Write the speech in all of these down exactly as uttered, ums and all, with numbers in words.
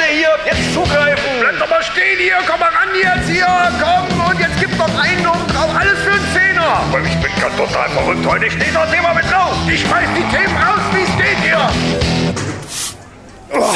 hier, jetzt zugreifen. Bleib doch mal stehen hier, komm mal ran jetzt hier, komm. Und jetzt gibt's noch einen und drauf, alles für einen Zehner. Weil ich bin ganz total verrückt heute, ich stehe das Thema mit drauf. Ich schmeiß die Themen raus, wie es geht hier. Oh.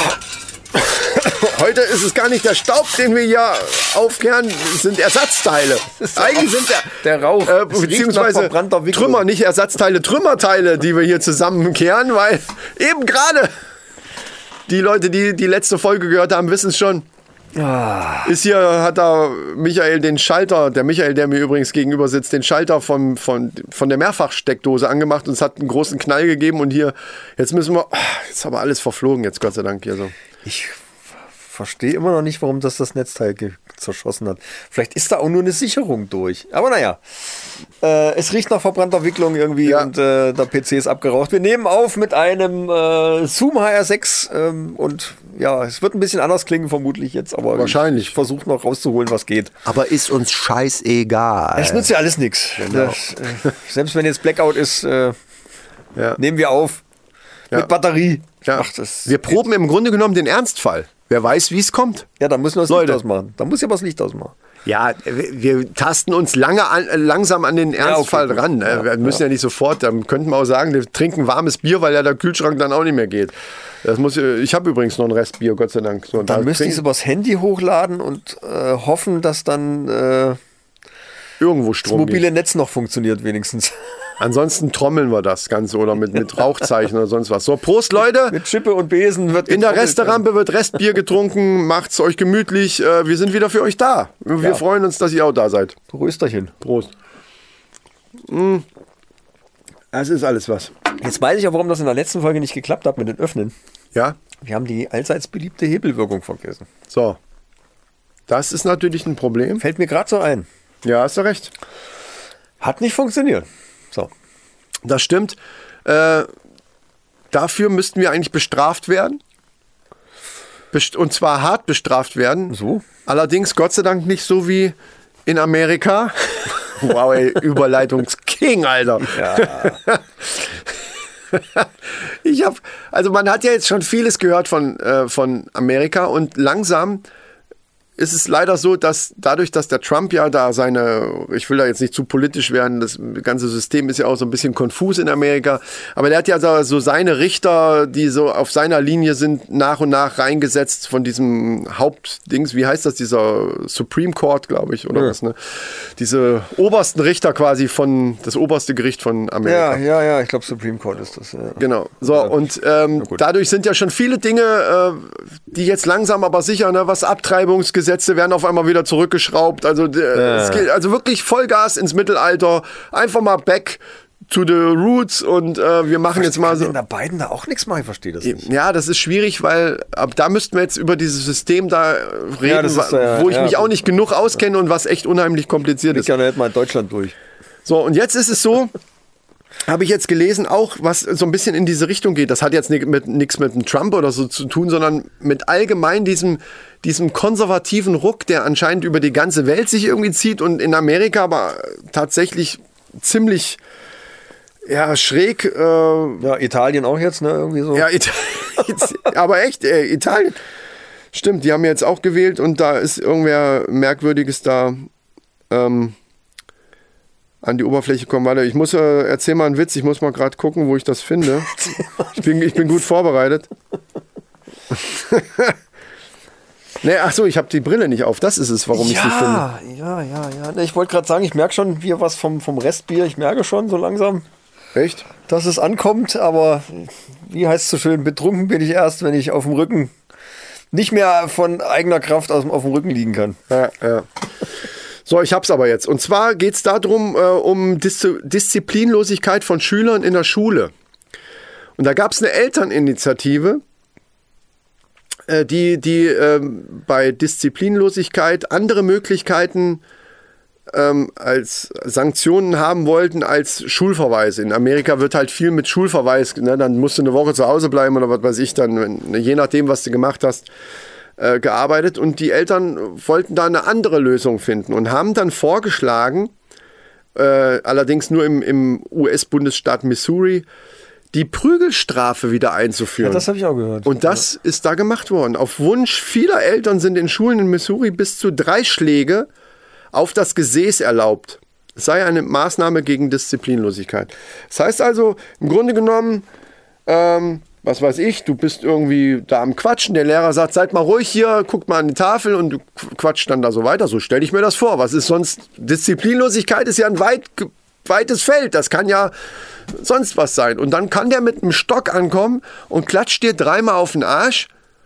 Heute ist es gar nicht der Staub, den wir hier aufkehren, es sind Ersatzteile. Eigentlich sind der, der Rauch, äh, beziehungsweise Trümmer, nicht Ersatzteile, Trümmerteile, die wir hier zusammenkehren, weil eben gerade die Leute, die die letzte Folge gehört haben, wissen es schon. Ah. Ist hier, hat da Michael den Schalter, der Michael, der mir übrigens gegenüber sitzt, den Schalter vom, von, von der Mehrfachsteckdose angemacht und es hat einen großen Knall gegeben und hier, jetzt müssen wir, jetzt ist aber alles verflogen jetzt, Gott sei Dank hier so. Ich verstehe immer noch nicht, warum das das Netzteil ge- zerschossen hat. Vielleicht ist da auch nur eine Sicherung durch. Aber naja, äh, es riecht nach verbrannter Wicklung irgendwie ja. und äh, der P C ist abgeraucht. Wir nehmen auf mit einem äh, Zoom H R sechs ähm, und ja, es wird ein bisschen anders klingen vermutlich jetzt, aber wahrscheinlich. Ich versuche noch rauszuholen, was geht. Aber ist uns scheißegal. Es nützt ja alles nichts. Genau. Äh, selbst wenn jetzt Blackout ist, äh, ja. nehmen wir auf ja. mit Batterie. Ja. Ach, das wir proben im Grunde genommen den Ernstfall. Wer weiß, wie es kommt. Ja, da müssen wir das Licht ausmachen. Da muss ja was Licht ausmachen. Ja, wir tasten uns lange an, langsam an den Ernstfall ja, okay, ran. Ja, wir müssen ja. ja nicht sofort, dann könnten wir auch sagen, wir trinken warmes Bier, weil ja der Kühlschrank dann auch nicht mehr geht. Das muss, ich habe übrigens noch ein Restbier, Gott sei Dank. So, dann da müsste ich es übers Handy hochladen und äh, hoffen, dass dann äh, irgendwo Strom das mobile geht. Netz noch funktioniert wenigstens. Ansonsten trommeln wir das Ganze oder mit, mit Rauchzeichen oder sonst was. So, Prost, Leute. Mit Schippe und Besen wird in der Resterampe wird Restbier getrunken. Macht's euch gemütlich. Wir sind wieder für euch da. Wir ja. freuen uns, dass ihr auch da seid. Prösterchen. Prost. Mm. Es ist alles was. Jetzt weiß ich auch, warum das in der letzten Folge nicht geklappt hat mit den Öffnen. Ja? Wir haben die allseits beliebte Hebelwirkung vergessen. So. Das ist natürlich ein Problem. Fällt mir gerade so ein. Ja, hast du recht. Hat nicht funktioniert. So. Das stimmt. Äh, dafür müssten wir eigentlich bestraft werden. Best- und zwar hart bestraft werden. So. Allerdings Gott sei Dank nicht so wie in Amerika. Wow, ey, Überleitungsking, Alter. Ja. Ich habe, also man hat ja jetzt schon vieles gehört von, äh, von Amerika und langsam ist es leider so, dass dadurch, dass der Trump ja da seine, ich will da jetzt nicht zu politisch werden, das ganze System ist ja auch so ein bisschen konfus in Amerika, aber der hat ja so seine Richter, die so auf seiner Linie sind, nach und nach reingesetzt von diesem Hauptdings, wie heißt das, dieser Supreme Court, glaube ich, oder ja. was, ne? Diese obersten Richter quasi von, das oberste Gericht von Amerika. Ja, ja, ja, ich glaube Supreme Court ist das. Ja. Genau, so ja. und ähm, dadurch sind ja schon viele Dinge, äh, die jetzt langsam aber sicher, ne, was Abtreibungsgesetze Gesetze werden auf einmal wieder zurückgeschraubt. Also, äh, es geht, also wirklich Vollgas ins Mittelalter. Einfach mal back to the roots und äh, wir machen jetzt mal so. Kann denn da Biden da auch nichts machen? Ich verstehe das nicht. Ja, das ist schwierig, weil ab da müssten wir jetzt über dieses System da reden, ja, ist, äh, wo ich ja, mich auch nicht genug auskenne und was echt unheimlich kompliziert ist. Ich ja nicht mal in Deutschland durch. So, und jetzt ist es so, habe ich jetzt gelesen, auch was so ein bisschen in diese Richtung geht. Das hat jetzt nichts mit, mit dem Trump oder so zu tun, sondern mit allgemein diesem, diesem konservativen Ruck, der anscheinend über die ganze Welt sich irgendwie zieht und in Amerika aber tatsächlich ziemlich ja, schräg. Äh, ja, Italien auch jetzt, ne? Irgendwie so. Ja, It- aber echt, äh, Italien. Stimmt, die haben jetzt auch gewählt und da ist irgendwer Merkwürdiges da ähm, an die Oberfläche kommen. Warte, ich muss, äh, erzähl mal einen Witz, ich muss mal gerade gucken, wo ich das finde. Ich bin, ich bin gut vorbereitet. Nee, ach so, ich habe die Brille nicht auf, das ist es, warum ja, ich sie finde. Ja, ja, ja. Ich wollte gerade sagen, ich merke schon hier was vom, vom Restbier, ich merke schon so langsam. Echt? Dass es ankommt, aber wie heißt es so schön, betrunken bin ich erst, wenn ich auf dem Rücken nicht mehr von eigener Kraft aus, auf dem Rücken liegen kann. Ja, ja. So, ich hab's aber jetzt. Und zwar geht's darum, äh, um Dis- Disziplinlosigkeit von Schülern in der Schule. Und da gab's eine Elterninitiative, äh, die, die äh, bei Disziplinlosigkeit andere Möglichkeiten ähm, als Sanktionen haben wollten als Schulverweis. In Amerika wird halt viel mit Schulverweis, ne? Dann musst du eine Woche zu Hause bleiben oder was weiß ich dann, je nachdem, was du gemacht hast, äh, gearbeitet. Und die Eltern wollten da eine andere Lösung finden und haben dann vorgeschlagen, äh, allerdings nur im, im U S-Bundesstaat Missouri, die Prügelstrafe wieder einzuführen. Ja, das habe ich auch gehört. Und das ja. ist da gemacht worden. Auf Wunsch vieler Eltern sind in Schulen in Missouri bis zu drei Schläge auf das Gesäß erlaubt. Es sei eine Maßnahme gegen Disziplinlosigkeit. Das heißt also, im Grunde genommen, ähm, was weiß ich, du bist irgendwie da am Quatschen, der Lehrer sagt, seid mal ruhig hier, guckt mal an die Tafel und du quatscht dann da so weiter. So stelle ich mir das vor. Was ist sonst? Disziplinlosigkeit ist ja ein weit, weites Feld. Das kann ja sonst was sein. Und dann kann der mit einem Stock ankommen und klatscht dir dreimal auf den Arsch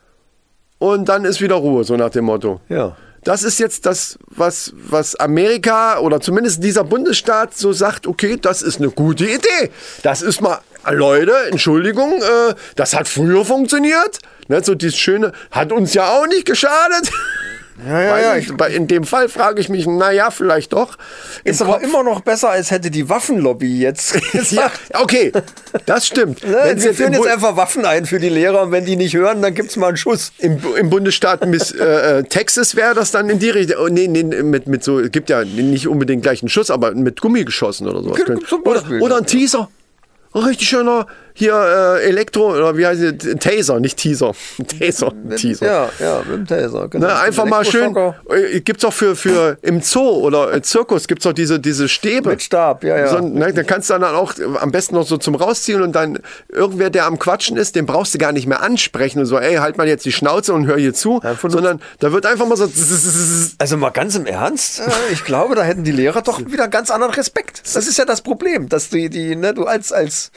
und dann ist wieder Ruhe, so nach dem Motto. Ja. Das ist jetzt das, was, was Amerika oder zumindest dieser Bundesstaat so sagt, okay, das ist eine gute Idee. Das ist mal, Leute, Entschuldigung, äh, das hat früher funktioniert. Ne, so dieses Schöne, hat uns ja auch nicht geschadet. Ja, ja, ja. Ich, in dem Fall frage ich mich, naja, vielleicht doch. Ist aber immer noch besser, als hätte die Waffenlobby jetzt gesagt. Ja, okay, das stimmt. Ne, wir jetzt führen jetzt einfach Waffen ein für die Lehrer und wenn die nicht hören, dann gibt es mal einen Schuss. Im, im Bundesstaat Miss, äh, Texas wäre das dann in die Richtung. Oh, nee, nee, mit, mit so, es gibt ja nicht unbedingt gleich einen Schuss, aber mit Gummi geschossen oder sowas. Zum Beispiel, oder, oder ein Teaser. Ein richtig schöner hier äh, Elektro, oder wie heißt es? Taser, nicht Teaser. Taser, mit, Teaser. Ja, ja, mit dem Taser. Genau. Ne, einfach mal schön, äh, gibt's auch für, für im Zoo oder im Zirkus gibt's auch diese, diese Stäbe. Mit Stab, ja, ja. So, ne, da kannst du dann auch am besten noch so zum Rausziehen und dann irgendwer, der am Quatschen ist, den brauchst du gar nicht mehr ansprechen und so, ey, halt mal jetzt die Schnauze und hör hier zu, ja, sondern da wird einfach mal so. Also mal ganz im Ernst, ich glaube, da hätten die Lehrer doch wieder einen ganz anderen Respekt. Das ist ja das Problem, dass die, die ne, du als, als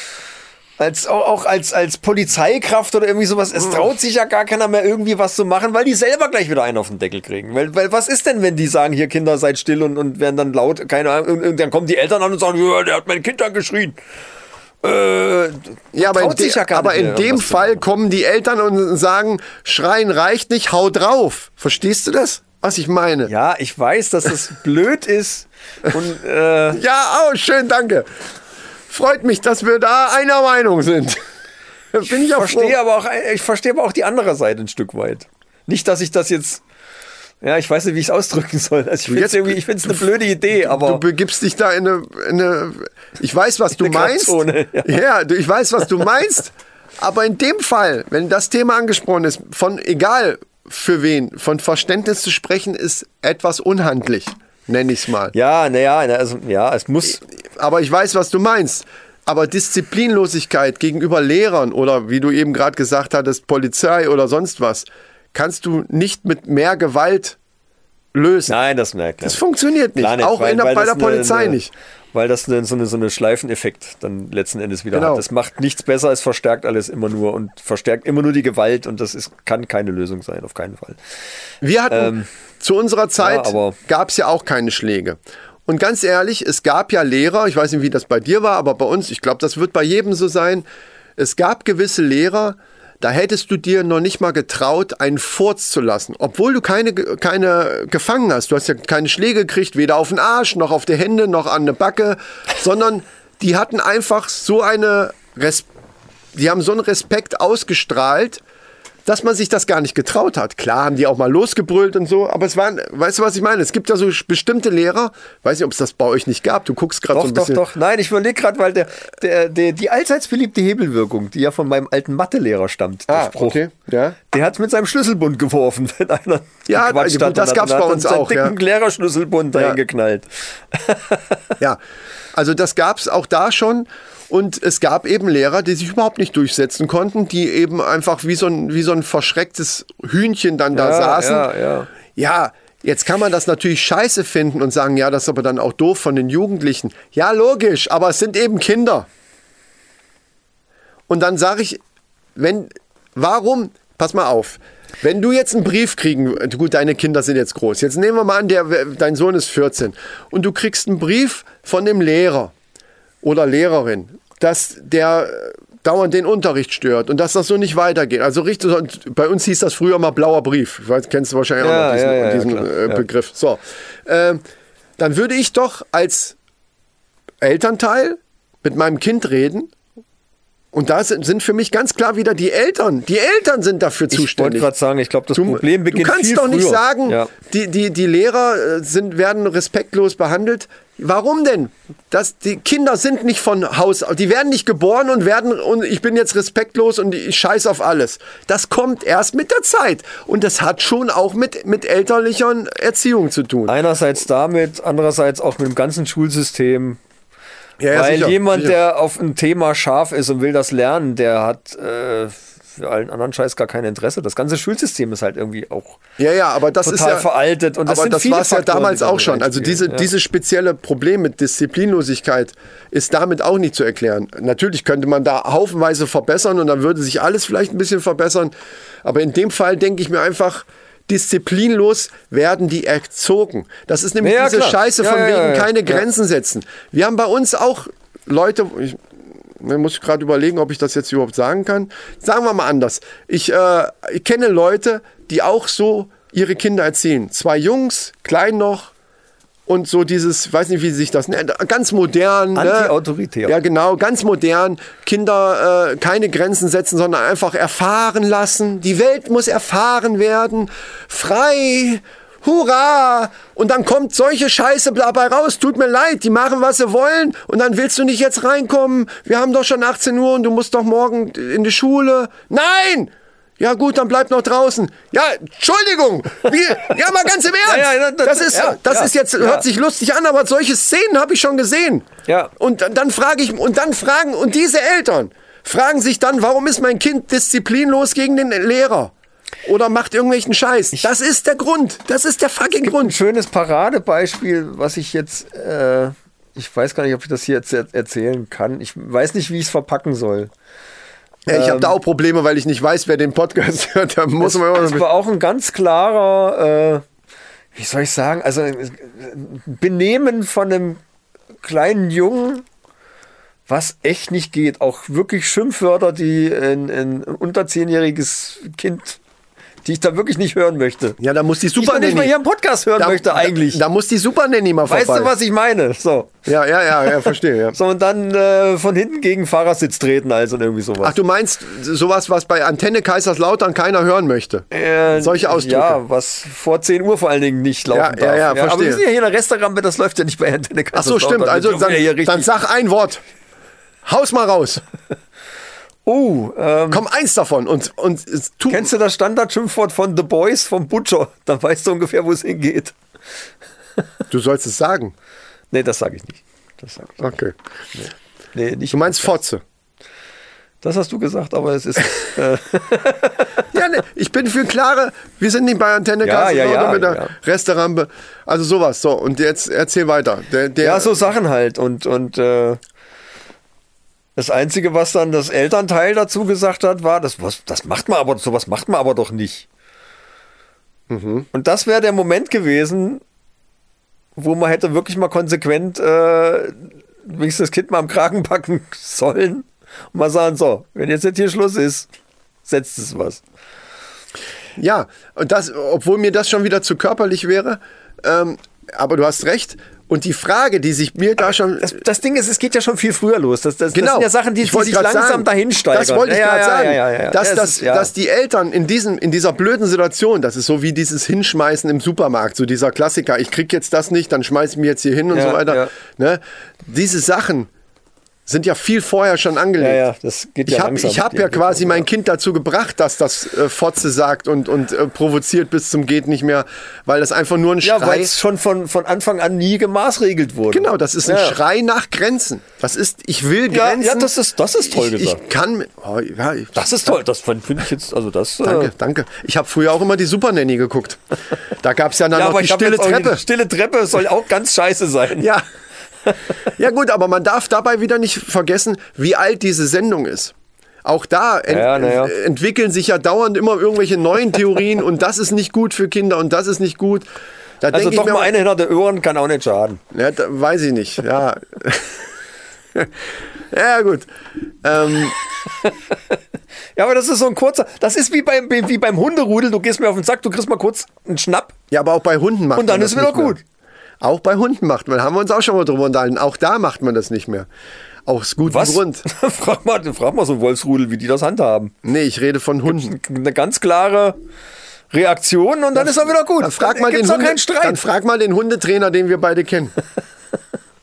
Als, auch, auch als, als Polizeikraft oder irgendwie sowas, es traut sich ja gar keiner mehr irgendwie was zu machen, weil die selber gleich wieder einen auf den Deckel kriegen. Weil, weil was ist denn, wenn die sagen, hier Kinder, seid still und, und werden dann laut, keine Ahnung, und, und dann kommen die Eltern an und sagen, ja, der hat mein Kind angeschrien. Äh, ja, aber in, de ja aber in dem Fall kommen die Eltern und sagen, schreien reicht nicht, hau drauf. Verstehst du das, was ich meine? Ja, ich weiß, dass das blöd ist. Und, äh ja, oh, schön, danke. Freut mich, dass wir da einer Meinung sind. Bin ich auch verstehe aber auch, ich verstehe aber auch die andere Seite ein Stück weit. Nicht, dass ich das jetzt, ja, ich weiß nicht, wie ich es ausdrücken soll. Also ich finde es ich find's eine blöde Idee, aber... Du begibst dich da in eine... In eine ich weiß, was du meinst. Grauzone, ja, ja ich weiß, was du meinst. Aber in dem Fall, wenn das Thema angesprochen ist, von egal für wen, von Verständnis zu sprechen, ist etwas unhandlich. Nenne ich es mal. Ja, naja, also, ja, es muss... Aber ich weiß, was du meinst. Aber Disziplinlosigkeit gegenüber Lehrern oder wie du eben gerade gesagt hattest, Polizei oder sonst was, kannst du nicht mit mehr Gewalt lösen. Nein, das merkt man. Das funktioniert nicht. nicht. Auch weil, in der, weil bei der Polizei eine, nicht. Weil das eine, so, eine, so eine Schleifeneffekt dann letzten Endes wieder genau. hat. Das macht nichts besser, es verstärkt alles immer nur und verstärkt immer nur die Gewalt und das ist, kann keine Lösung sein, auf keinen Fall. Wir hatten... Ähm, Zu unserer Zeit ja, gab es ja auch keine Schläge. Und ganz ehrlich, es gab ja Lehrer, ich weiß nicht, wie das bei dir war, aber bei uns, ich glaube, das wird bei jedem so sein, es gab gewisse Lehrer, da hättest du dir noch nicht mal getraut, einen Furz zu lassen. Obwohl du keine, keine gefangen hast. Du hast ja keine Schläge gekriegt, weder auf den Arsch, noch auf die Hände, noch an eine Backe, sondern die hatten einfach so eine, Res- die haben so einen Respekt ausgestrahlt, dass man sich das gar nicht getraut hat. Klar haben die auch mal losgebrüllt und so, aber es waren, weißt du, was ich meine? Es gibt ja so bestimmte Lehrer, weiß nicht, ob es das bei euch nicht gab, du guckst gerade so ein bisschen... Doch, doch, nein, ich überlege gerade, weil der, der, der, die allseits beliebte Hebelwirkung, die ja von meinem alten Mathelehrer stammt, der ah, Spruch, okay. Ja. Der hat es mit seinem Schlüsselbund geworfen, wenn einer ja, gut, das gab es bei uns auch. Ja. Dicken Lehrerschlüsselbund dahin ja. geknallt. Ja, also das gab es auch da schon. Und es gab eben Lehrer, die sich überhaupt nicht durchsetzen konnten, die eben einfach wie so ein, wie so ein verschrecktes Hühnchen dann da ja, saßen. Ja, ja. ja, jetzt kann man das natürlich scheiße finden und sagen, ja, das ist aber dann auch doof von den Jugendlichen. Ja, logisch, aber es sind eben Kinder. Und dann sage ich, wenn, warum, pass mal auf, wenn du jetzt einen Brief kriegen, gut, deine Kinder sind jetzt groß, jetzt nehmen wir mal an, der, dein Sohn ist vierzehn und du kriegst einen Brief von dem Lehrer oder Lehrerin, dass der dauernd den Unterricht stört und dass das so nicht weitergeht. Also richtig, bei uns hieß das früher mal blauer Brief. Ich weiß, kennst du wahrscheinlich ja, auch noch diesen, ja, ja, diesen ja, äh, Begriff. So, äh, dann würde ich doch als Elternteil mit meinem Kind reden. Und da sind, sind für mich ganz klar wieder die Eltern. Die Eltern sind dafür zuständig. Ich wollte gerade sagen, ich glaube, das du, Problem beginnt Du kannst viel doch nicht früher. sagen, ja. die, die, die Lehrer sind, werden respektlos behandelt. Warum denn? Das, die Kinder sind nicht von Haus aus, die werden nicht geboren und werden, und ich bin jetzt respektlos und ich scheiß auf alles. Das kommt erst mit der Zeit. Und das hat schon auch mit, mit elterlicher Erziehung zu tun. Einerseits damit, andererseits auch mit dem ganzen Schulsystem. Ja, ja, Weil sicher, jemand, sicher. der auf ein Thema scharf ist und will das lernen, der hat äh, für allen anderen Scheiß gar kein Interesse. Das ganze Schulsystem ist halt irgendwie auch Ja, ja, aber das total ist ja veraltet. Und das aber sind das viele war es ja Faktoren, damals die da auch schon. Also diese, reinspielen. Ja. dieses spezielle Problem mit Disziplinlosigkeit ist damit auch nicht zu erklären. Natürlich könnte man da haufenweise verbessern und dann würde sich alles vielleicht ein bisschen verbessern. Aber in dem Fall denke ich mir einfach, disziplinlos werden die erzogen. Das ist nämlich Ja, diese klar. Scheiße Ja, von ja, wegen ja, ja. keine Ja. Grenzen setzen. Wir haben bei uns auch Leute... Ich, Da muss ich gerade überlegen, ob ich das jetzt überhaupt sagen kann. Sagen wir mal anders. Ich, äh, ich kenne Leute, die auch so ihre Kinder erziehen. Zwei Jungs, klein noch und so dieses, weiß nicht, wie sich das nennt, ganz modern. Anti-autoritär. Ne? Ja, genau, ganz modern. Kinder äh, keine Grenzen setzen, sondern einfach erfahren lassen. Die Welt muss erfahren werden. Frei. Hurra! Und dann kommt solche Scheiße dabei raus. Tut mir leid, die machen, was sie wollen. Und dann willst du nicht jetzt reinkommen. Wir haben doch schon achtzehn Uhr und du musst doch morgen in die Schule. Nein! Ja gut, dann bleib noch draußen. Ja, Entschuldigung. Wie, ja, mal ganz im Ernst. Ja, ja, das, das ist, ja, das ja, ist jetzt, ja. hört sich lustig an, aber solche Szenen habe ich schon gesehen. Ja. Und dann, dann frage ich, und dann fragen, und diese Eltern fragen sich dann, warum ist mein Kind disziplinlos gegen den Lehrer? Oder macht irgendwelchen Scheiß. Das ist der Grund. Das ist der fucking Ein Grund. schönes Paradebeispiel, was ich jetzt, äh, ich weiß gar nicht, ob ich das hier jetzt er- erzählen kann. Ich weiß nicht, wie ich es verpacken soll. Ja, ich habe Ähm, da auch Probleme, weil ich nicht weiß, wer den Podcast hört. Da muss Es, man es immer war auch ein ganz klarer, äh, wie soll ich sagen, also äh, Benehmen von einem kleinen Jungen, was echt nicht geht. Auch wirklich Schimpfwörter, die ein, ein unter zehnjähriges Kind, die ich da wirklich nicht hören möchte. Ja, da muss die Die ich Super noch nicht mal Nanny. hier im Podcast hören Da, möchte eigentlich. Da, da muss die Super Nanny mal vorbei. Weißt du, was ich meine? So. Ja, ja, ja, ja, verstehe. Ja. So, und dann äh, von hinten gegen den Fahrersitz treten, also irgendwie sowas. Ach, du meinst sowas, was bei Antenne Kaiserslautern keiner hören möchte? Äh, Solche Ausdrücke. Ja, was vor zehn Uhr vor allen Dingen nicht laufen Ja, darf. ja, ja, Aber verstehe. wir sind ja hier in der Restaurante, das läuft ja nicht bei Antenne Ach so, Kaiserslautern. stimmt. Also Wir dürfen dann, ja hier richtig- dann sag ein Wort. Haus mal raus. Oh, ähm, Komm, eins davon. Und, und es tu, kennst du das Standardschimpfwort von The Boys, vom Butcher? Dann weißt du ungefähr, wo es hingeht. du sollst es sagen. Nee, das sage ich nicht. Das sag ich Okay. nicht. Nee, nicht. Du meinst Fotze. Das hast du gesagt, aber es ist... Äh, Ja, ne, ich bin für klare, wir sind nicht bei Antenne Ja, ja, Kaiserslautern ja, mit der ja. Restaurante. Also sowas. So, und jetzt erzähl weiter. Der, der, ja, so Sachen halt. Und, und äh, das Einzige, was dann das Elternteil dazu gesagt hat, war, das, was, das macht man aber, sowas macht man aber doch nicht. Mhm. Und das wäre der Moment gewesen, wo man hätte wirklich mal konsequent äh, wenigstens das Kind mal am Kragen packen sollen und mal sagen, so, wenn jetzt nicht hier Schluss ist, setzt es was. Ja, und das, obwohl mir das schon wieder zu körperlich wäre, ähm, aber du hast recht. Und die Frage, die sich mir da schon... Das, das Ding ist, es geht ja schon viel früher los. Das, das, Genau. das sind ja Sachen, die, Ich die wollte sich grad langsam sagen, dahin steigern. Das wollte ich Ja, gerade ja, sagen. ja, ja, ja. Dass, Es dass, ist- ja. dass die Eltern in, diesem, in dieser blöden Situation, das ist so wie dieses Hinschmeißen im Supermarkt, so dieser Klassiker, ich krieg jetzt das nicht, dann schmeiß ich mir jetzt hier hin und Ja, so weiter. ja. Ne? Diese Sachen sind ja viel vorher schon angelegt. Ja, ja, das geht ja ich habe langsam ich hab mit ja der quasi Entwicklung, mein ja. Kind dazu gebracht, dass das äh, Fotze sagt und, und äh, provoziert bis zum geht nicht mehr, weil das einfach nur ein Ja, weil Schrei es schon von, von Anfang an nie gemaßregelt wurde. Genau, das ist ein Ja. Schrei nach Grenzen. Das ist, ich will Ja, Grenzen. ja, das ist- das ist toll ich, gesagt. Ich kann, mit- oh, ja, ich, Das ist toll, das finde ich jetzt, also das... danke, Äh, danke. Ich habe früher auch immer die Super Nanny geguckt. Da gab es ja dann ja, noch aber die ich habe stille jetzt auch Treppe. die stille Treppe soll auch ganz scheiße sein. Ja. Ja gut, aber man darf dabei wieder nicht vergessen, wie alt diese Sendung ist. Auch da ent Ja, na ja. entwickeln sich ja dauernd immer irgendwelche neuen Theorien und das ist nicht gut für Kinder und das ist nicht gut. Da Also denk doch ich mir mal auch- eine hinter der Ohren kann auch nicht schaden. Ja, da, weiß ich nicht, ja. Ja, gut. Ähm, Ja, aber das ist so ein kurzer, das ist wie beim, wie beim Hunderudel, du gehst mir auf den Sack, du kriegst mal kurz einen Schnapp ja, aber auch bei Hunden macht und dann man das ist wieder nicht mehr. gut. Auch bei Hunden macht man, haben wir uns auch schon mal drüber unterhalten. Auch da macht man das nicht mehr. Aus gutem Was? Grund. frag, mal, frag mal so ein Wolfsrudel, wie die das handhaben. Nee, ich rede von Hunden. Eine ganz klare Reaktion und dann ist er wieder gut. Dann frag, Dann mal den gibt's auch Hunde, keinen Streit. dann frag mal den Hundetrainer, den wir beide kennen.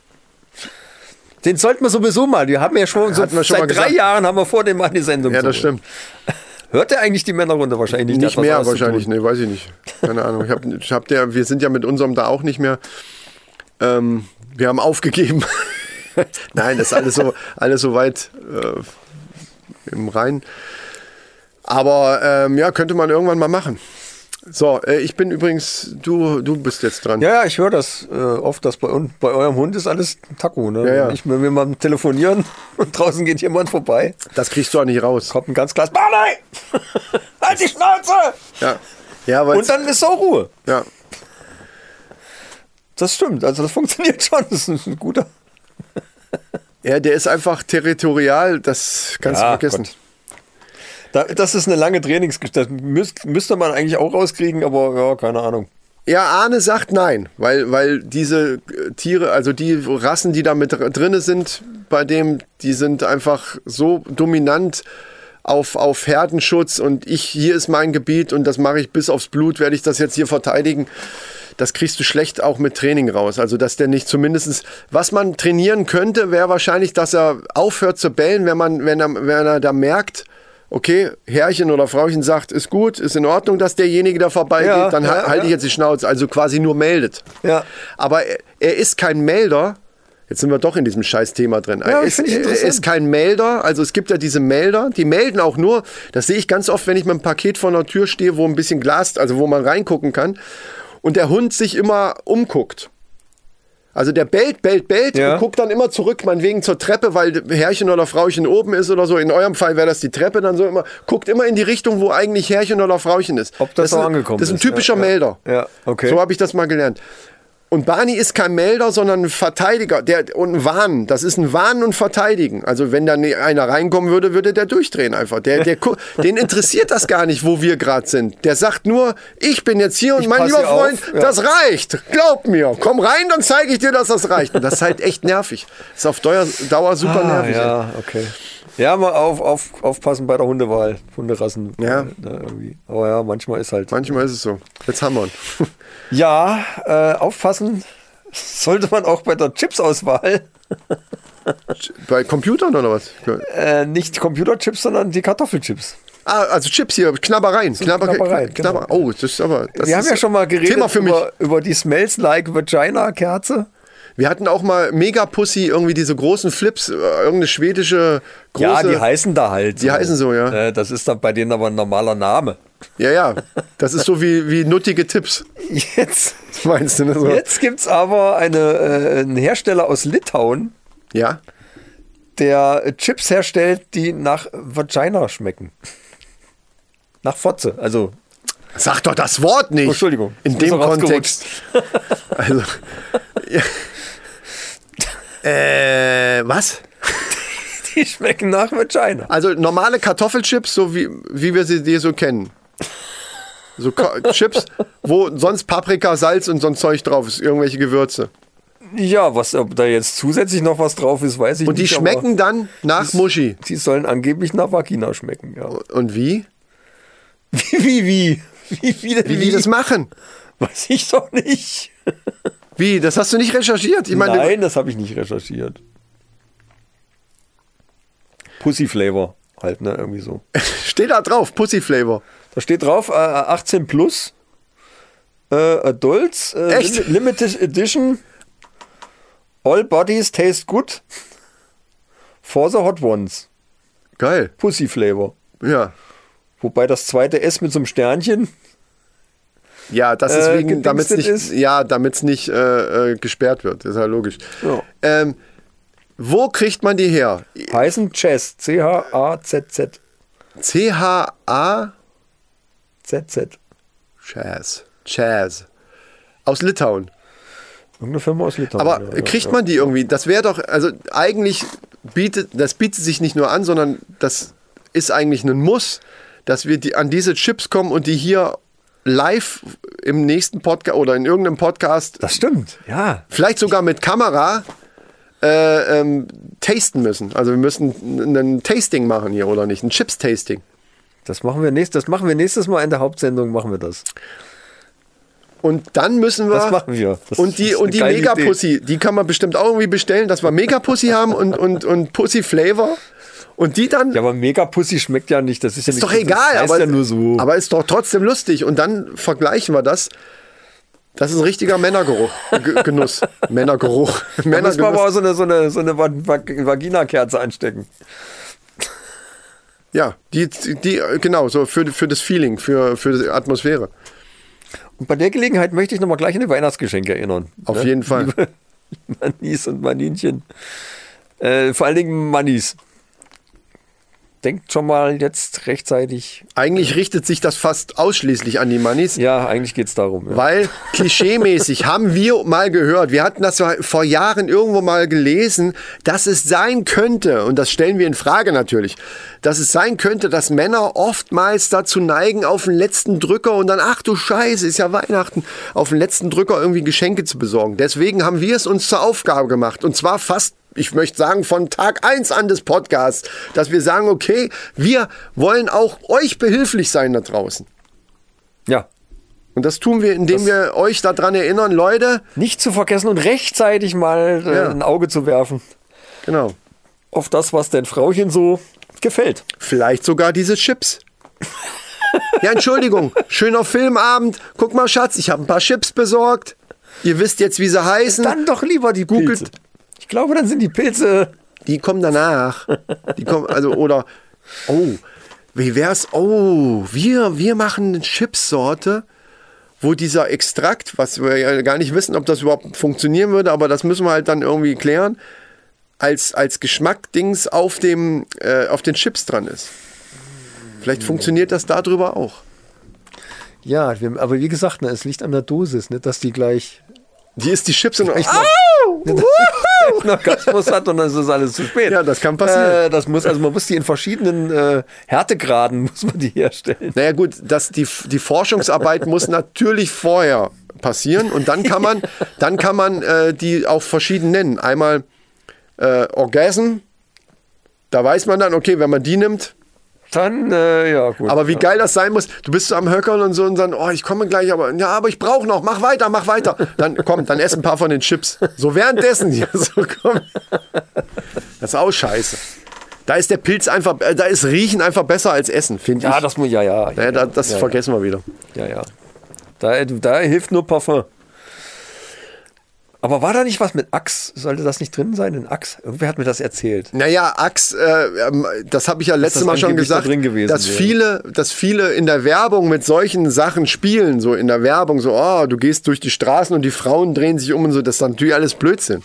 Den sollten wir sowieso mal. Wir haben ja schon, so, wir schon seit mal drei gesagt. Jahren haben wir vor, den mal eine Sendung Ja, zu das holen. stimmt. Hört der eigentlich die Männerrunde wahrscheinlich Nicht Der hat was mehr anderes zu wahrscheinlich, tun. nee, weiß ich nicht. Keine Ahnung. Ich hab, ich hab der, wir sind ja mit unserem da auch nicht mehr. Ähm, wir haben aufgegeben. Nein, das ist alles so, alles so weit äh, im Rhein. Aber ähm, ja, könnte man irgendwann mal machen. So, äh, ich bin übrigens, du, du bist jetzt dran. Ja, ja, ich höre das äh, oft, dass bei, un- bei eurem Hund ist alles Taco. Ne? Ja, ja. Wenn, ich, wenn wir mal telefonieren und draußen geht jemand vorbei, Das kriegst du auch nicht raus. kommt ein ganz klares Barney! Halt die Schnauze! Ja, ja, weil Und dann ist auch Ruhe. ja. Das stimmt, also das funktioniert schon. Das ist ein guter. ja, der ist einfach territorial, das kannst Ja, du vergessen. Gott. Da, das ist eine lange Trainingsgeschichte. Müsst, müsste man eigentlich auch rauskriegen, aber ja, keine Ahnung. Ja, Arne sagt nein, weil, weil diese äh, Tiere, also die Rassen, die da mit dr- drinne sind, bei dem, die sind einfach so dominant auf, auf Herdenschutz und ich, hier ist mein Gebiet und das mache ich bis aufs Blut, werde ich das jetzt hier verteidigen. Das kriegst du schlecht auch mit Training raus. Also, dass der nicht zumindestens, was man trainieren könnte, wäre wahrscheinlich, dass er aufhört zu bellen, wenn man, wenn er, wenn er da merkt, okay, Herrchen oder Frauchen sagt, ist gut, ist in Ordnung, dass derjenige da vorbeigeht, Ja, dann ja, halte ja. ich jetzt die Schnauze, also quasi nur meldet. Ja. Aber er, er ist kein Melder. Jetzt sind wir doch in diesem Scheiß-Thema drin. Ja, er, ich ist, finde ich er interessant. ist kein Melder. Also es gibt ja diese Melder, die melden auch nur, das sehe ich ganz oft, wenn ich mit einem Paket vor der Tür stehe, wo ein bisschen Glas, also wo man reingucken kann und der Hund sich immer umguckt. Also der bellt, bellt, bellt Ja. und guckt dann immer zurück, meinetwegen zur Treppe, weil Herrchen oder Frauchen oben ist oder so. In eurem Fall wäre das die Treppe dann so immer. Guckt immer in die Richtung, wo eigentlich Herrchen oder Frauchen ist. Ob das ist auch ein- angekommen Das ist ein ist. typischer Ja, ja. Melder. Ja, okay. So habe ich das mal gelernt. Und Barney ist kein Melder, sondern ein Verteidiger. Der, und ein Warnen. Das ist ein Warnen und Verteidigen. Also wenn da ne- einer reinkommen würde, würde der durchdrehen einfach. Der, der, gu- den interessiert das gar nicht, wo wir gerade sind. Der sagt nur, ich bin jetzt hier und Ich mein passe lieber auf, Freund, ja. das reicht. Glaub mir. Komm rein, dann zeige ich dir, dass das reicht. Und das ist halt echt nervig. Das ist auf Dauer, Dauer super Ah, nervig. ja, okay. Ja, mal auf, auf, aufpassen bei der Hundewahl. Hunderassen. Ja. Äh, da irgendwie. Aber ja, manchmal ist halt. Manchmal ist es so. Jetzt haben wir ihn. Ja, äh, aufpassen sollte man auch bei der Chipsauswahl. Bei Computern oder was? Äh, nicht Computerchips, sondern die Kartoffelchips. Ah, also Chips hier, Knabbereien. Knabber, Knabbereien, Knabber, genau. Oh, das ist aber. Das Wir ist haben ja schon mal geredet Thema für mich. über, über die Smells Like Vagina Kerze. Wir hatten auch mal Mega Pussy, irgendwie diese großen Flips, äh, irgendeine schwedische große. Ja, die heißen da halt. Die heißen so, ja. Äh, das ist dann bei denen aber ein normaler Name. Ja, ja. Das ist so wie, wie nuttige Tipps. Jetzt, Meinst du, ne? So. jetzt gibt es aber eine, äh, einen Hersteller aus Litauen, Ja. der Chips herstellt, die nach Vagina schmecken. Nach Fotze, also Sag doch das Wort nicht. Oh, Entschuldigung. In Ist mir dem so Kontext. Also. Ja. Äh, was? die schmecken nach Vagina. Also normale Kartoffelchips, so wie, wie wir sie dir so kennen. So Ka- Chips, wo sonst Paprika, Salz und so ein Zeug drauf ist, irgendwelche Gewürze. Ja, was, ob da jetzt zusätzlich noch was drauf ist, weiß ich Und die nicht. schmecken dann nach aber Muschi. Die sollen angeblich nach Vagina schmecken, ja. Und wie? Wie, wie, wie? Wie, wie, denn Wie die das machen? Weiß ich doch nicht. Wie? Das hast du nicht recherchiert? Ich meine, Nein, das habe ich nicht recherchiert. Pussy Flavor halt, ne, irgendwie so. steht da drauf, Pussy Flavor. Da steht drauf, äh, achtzehn plus, äh, Adults, äh, Echt? Lim- Limited Edition, All Bodies Taste Good, for the Hot Ones. Geil. Pussy Flavor. Ja. Wobei das zweite S mit so einem Sternchen, Ja, das Äh, ist wegen, damit es gedingstet nicht, ist. ja, damit's nicht äh, äh, gesperrt wird. Das ist ja logisch. Ja. Ähm, wo kriegt man die her? heißen Chaz, C H A Z Z. C H A Z Z. Chaz. Chaz. Aus Litauen. Irgendeine Firma aus Litauen. Aber ja, ja, kriegt ja. man die irgendwie? Das wäre doch, also eigentlich bietet, das bietet sich nicht nur an, sondern das ist eigentlich ein Muss, dass wir die, an diese Chips kommen und die hier live im nächsten Podcast oder in irgendeinem Podcast, Das stimmt, ja. vielleicht sogar mit Kamera, äh, ähm, tasten müssen. Also wir müssen ein Tasting machen hier, oder nicht? Ein Chips-Tasting. Das machen wir nächstes, das machen wir nächstes Mal in der Hauptsendung, machen wir das. Und dann müssen wir. Das machen wir. Das und die, und die Megapussy, die kann man bestimmt auch irgendwie bestellen, dass wir Megapussy haben und, und, und Pussy Flavor. Und die dann. Ja, aber Megapussy schmeckt ja nicht. Das ist ja ist nicht, doch egal, das heißt aber, ja nur so. aber ist doch trotzdem lustig. Und dann vergleichen wir das. Das ist ein richtiger Männergeruch. G- Genuss. Männergeruch. Da müssen wir aber auch so eine, so eine, so eine Vagina-Kerze anstecken. Ja, die, die, genau, so für, für das Feeling, für, für die Atmosphäre. Und bei der Gelegenheit möchte ich nochmal gleich an die Weihnachtsgeschenke erinnern. Auf ne? jeden Fall. Liebe Mannis und Maninchen. Äh, vor allen Dingen Mannis. Denkt schon mal jetzt rechtzeitig. Eigentlich richtet sich das fast ausschließlich an die Mannis. Ja, eigentlich geht es darum. Ja. Weil klischeemäßig haben wir mal gehört, wir hatten das vor Jahren irgendwo mal gelesen, dass es sein könnte, und das stellen wir in Frage natürlich, dass es sein könnte, dass Männer oftmals dazu neigen, auf den letzten Drücker und dann, ach du Scheiße, ist ja Weihnachten, auf den letzten Drücker irgendwie Geschenke zu besorgen. Deswegen haben wir es uns zur Aufgabe gemacht, und zwar fast, ich möchte sagen, von Tag eins an des Podcasts, dass wir sagen, okay, wir wollen auch euch behilflich sein da draußen. Ja. Und das tun wir, indem das wir euch daran erinnern, Leute. Nicht zu vergessen und rechtzeitig mal äh, Ja. ein Auge zu werfen. Genau. Auf das, was den Frauchen so gefällt. Vielleicht sogar diese Chips. Ja, Entschuldigung. Schöner Filmabend. Guck mal, Schatz, ich habe ein paar Chips besorgt. Ihr wisst jetzt, wie sie heißen. Dann doch lieber die Googelt. Pilze. Ich glaube, dann sind die Pilze... Die kommen danach. Die kommen, also, oder, oh, wie wär's, oh, wir, wir machen eine Chipsorte, wo dieser Extrakt, was wir ja gar nicht wissen, ob das überhaupt funktionieren würde, aber das müssen wir halt dann irgendwie klären, als, als Geschmackdings auf dem, äh, auf den Chips dran ist. Vielleicht funktioniert das darüber auch. Ja, wir, aber wie gesagt, ne, es liegt an der Dosis, nicht, dass die gleich... Die ist die Chips und Ich Au! noch Orgasmus hat und dann ist das alles zu spät. Ja, das kann passieren. Äh, das muss, also man muss die in verschiedenen äh, Härtegraden muss man die herstellen. Naja gut, das, die, die Forschungsarbeit muss natürlich vorher passieren, und dann kann man, dann kann man äh, die auch verschieden nennen. Einmal äh, Orgasm, da weiß man dann, okay, wenn man die nimmt. Dann, äh, ja gut. Aber wie geil das sein muss, du bist so am Höckern und so und dann, oh, ich komme gleich, aber ja, aber ich brauche noch, mach weiter, mach weiter. Dann komm, dann ess ein paar von den Chips. So währenddessen hier so komm. Das ist auch scheiße. Da ist der Pilz einfach, äh, da ist Riechen einfach besser als Essen, finde ich. Ja, das muss, ja, ja. Ja, da, das ja, vergessen wir wieder. Ja, ja. Da, da hilft nur Parfum. Aber war da nicht was mit Axe? Sollte das nicht drin sein in Axe? Irgendwer hat mir das erzählt. Naja, Axe, äh, ähm, das habe ich ja letztes das Mal schon angeblich da gesagt, drin gewesen dass wäre. viele, dass viele in der Werbung mit solchen Sachen spielen, so in der Werbung, so, oh, du gehst durch die Straßen und die Frauen drehen sich um und so, das ist natürlich alles Blödsinn.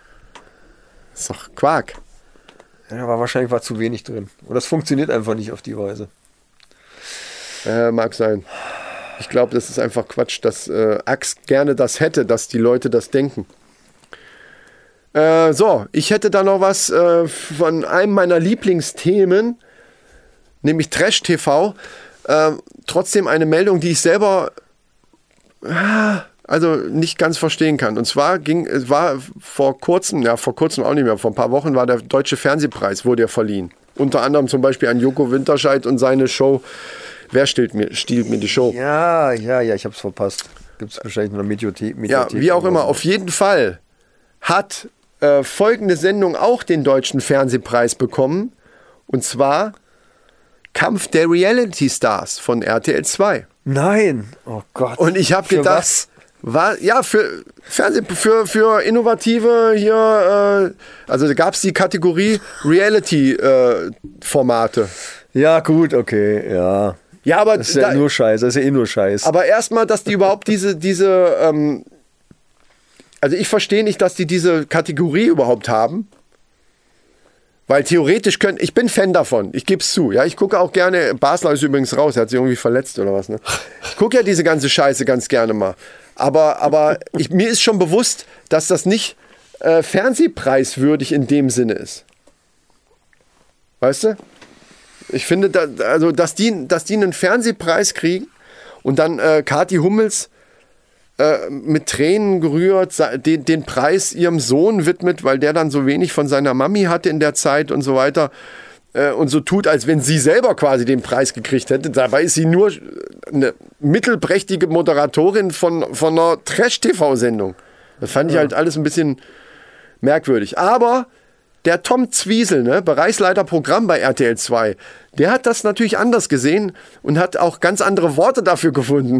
Das ist doch Quark. Ja, aber wahrscheinlich war zu wenig drin. Und das funktioniert einfach nicht auf die Weise. Äh, mag sein. Ich glaube, das ist einfach Quatsch, dass äh, Axe gerne das hätte, dass die Leute das denken. Äh, so, ich hätte da noch was äh, von einem meiner Lieblingsthemen, nämlich Trash-T V. Äh, trotzdem eine Meldung, die ich selber äh, also nicht ganz verstehen kann. Und zwar ging, es war vor kurzem, ja vor kurzem auch nicht mehr, vor ein paar Wochen war der Deutsche Fernsehpreis, wurde ja verliehen. Unter anderem zum Beispiel an Joko Winterscheid und seine Show Wer stiehlt mir, stiehlt mir die Show? Ja, ja, ja, ich hab's verpasst. Gibt es wahrscheinlich in der Mediathek. Ja, wie auch immer. Auf jeden Fall hat äh, folgende Sendung auch den Deutschen Fernsehpreis bekommen. Und zwar Kampf der Reality Stars von R T L zwei. Nein, oh Gott. Und ich habe Für gedacht, was? war ja für Fernseh, für, für innovative hier, äh, also da gab es die Kategorie Reality-Formate. Äh, Ja, gut, okay, ja. ja, aber Das ist ja da, nur Scheiß, das ist ja eh nur Scheiß. Aber erstmal, dass die überhaupt diese, diese, ähm, also ich verstehe nicht, dass die diese Kategorie überhaupt haben. Weil theoretisch können, ich bin Fan davon, ich gebe es zu. Ja, ich gucke auch gerne, Basler ist übrigens raus, er hat sich irgendwie verletzt oder was. Ne? Ich gucke ja diese ganze Scheiße ganz gerne mal. Aber, aber ich, mir ist schon bewusst, dass das nicht äh, fernsehpreiswürdig in dem Sinne ist. Weißt du? Ich finde, da, also, dass die, dass die einen Fernsehpreis kriegen und dann äh, Kathi Hummels äh, mit Tränen gerührt den, den Preis ihrem Sohn widmet, weil der dann so wenig von seiner Mami hatte in der Zeit und so weiter. äh, und so tut, als wenn sie selber quasi den Preis gekriegt hätte. Dabei ist sie nur eine mittelprächtige Moderatorin von, von einer Trash-T V-Sendung. Das fand ich ja. halt alles ein bisschen merkwürdig. Aber der Tom Zwiesel, ne, Bereichsleiter Programm bei R T L zwei, der hat das natürlich anders gesehen und hat auch ganz andere Worte dafür gefunden.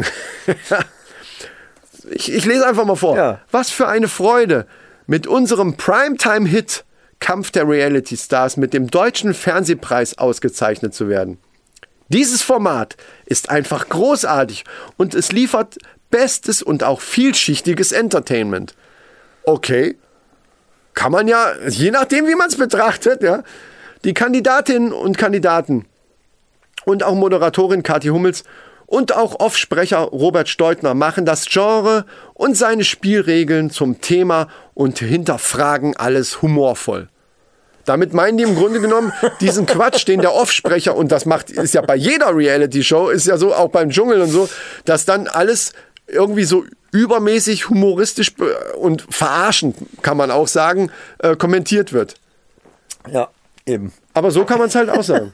ich, ich lese einfach mal vor. Ja. Was für eine Freude, mit unserem Primetime-Hit Kampf der Reality Stars mit dem Deutschen Fernsehpreis ausgezeichnet zu werden. Dieses Format ist einfach großartig und es liefert bestes und auch vielschichtiges Entertainment. Okay, kann man ja, je nachdem, wie man es betrachtet, ja. Die Kandidatinnen und Kandidaten und auch Moderatorin Kathi Hummels und auch Offsprecher Robert Steutner machen das Genre und seine Spielregeln zum Thema und hinterfragen alles humorvoll. Damit meinen die im Grunde genommen diesen Quatsch, den der Offsprecher, und das macht, ist ja bei jeder Reality-Show, ist ja so, auch beim Dschungel und so, dass dann alles irgendwie so übermäßig humoristisch und verarschend, kann man auch sagen, äh, kommentiert wird. Ja, eben. Aber so kann man es halt auch sagen.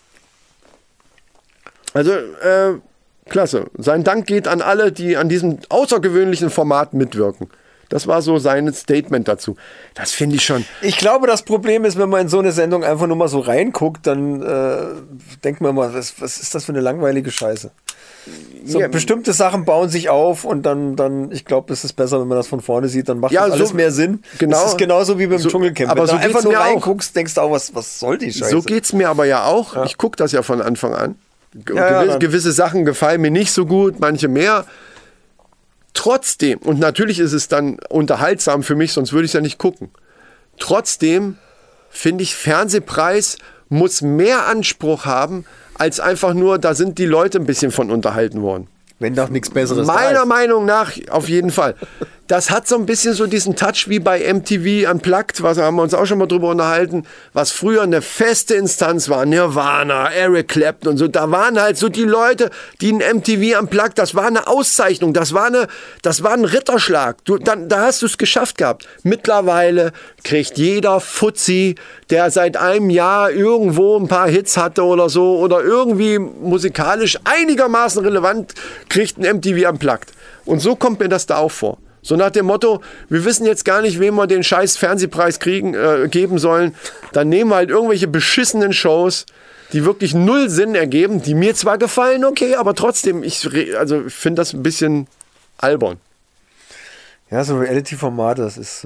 Also, äh, klasse. Sein Dank geht an alle, die an diesem außergewöhnlichen Format mitwirken. Das war so sein Statement dazu. Das finde ich schon. Ich glaube, das Problem ist, wenn man in so eine Sendung einfach nur mal so reinguckt, dann äh, denkt man mal, was, was ist das für eine langweilige Scheiße? So ja, bestimmte Sachen bauen sich auf und dann, dann ich glaube, es ist besser, wenn man das von vorne sieht, dann macht ja, das alles so, mehr Sinn. Genau. Das ist genauso wie beim so, Dschungelcamp. Aber wenn so du einfach nur reinguckst, denkst du auch, was, was soll die Scheiße? So geht es mir aber ja auch. Ja. Ich gucke das ja von Anfang an. Ge- ja, gewisse, gewisse Sachen gefallen mir nicht so gut, manche mehr. Trotzdem, und natürlich ist es dann unterhaltsam für mich, sonst würde ich es ja nicht gucken. Trotzdem finde ich, Fernsehpreis muss mehr Anspruch haben, als einfach nur, da sind die Leute ein bisschen von unterhalten worden. Wenn doch nichts Besseres Meiner da ist. Meinung nach auf jeden Fall. Das hat so ein bisschen so diesen Touch wie bei M T V Unplugged, was haben wir uns auch schon mal drüber unterhalten, was früher eine feste Instanz war, Nirvana, Eric Clapton und so. Da waren halt so die Leute, die in M T V Unplugged, das war eine Auszeichnung, das war, eine, das war ein Ritterschlag. Du, dann, da hast du es geschafft gehabt. Mittlerweile kriegt jeder Fuzzi, der seit einem Jahr irgendwo ein paar Hits hatte oder so oder irgendwie musikalisch einigermaßen relevant, kriegt ein M T V Unplugged. Und so kommt mir das da auch vor. So nach dem Motto, wir wissen jetzt gar nicht, wem wir den scheiß Fernsehpreis kriegen, äh, geben sollen. Dann nehmen wir halt irgendwelche beschissenen Shows, die wirklich null Sinn ergeben, die mir zwar gefallen, okay, aber trotzdem, ich also finde das ein bisschen albern. Ja, so Reality-Formate, das ist... Äh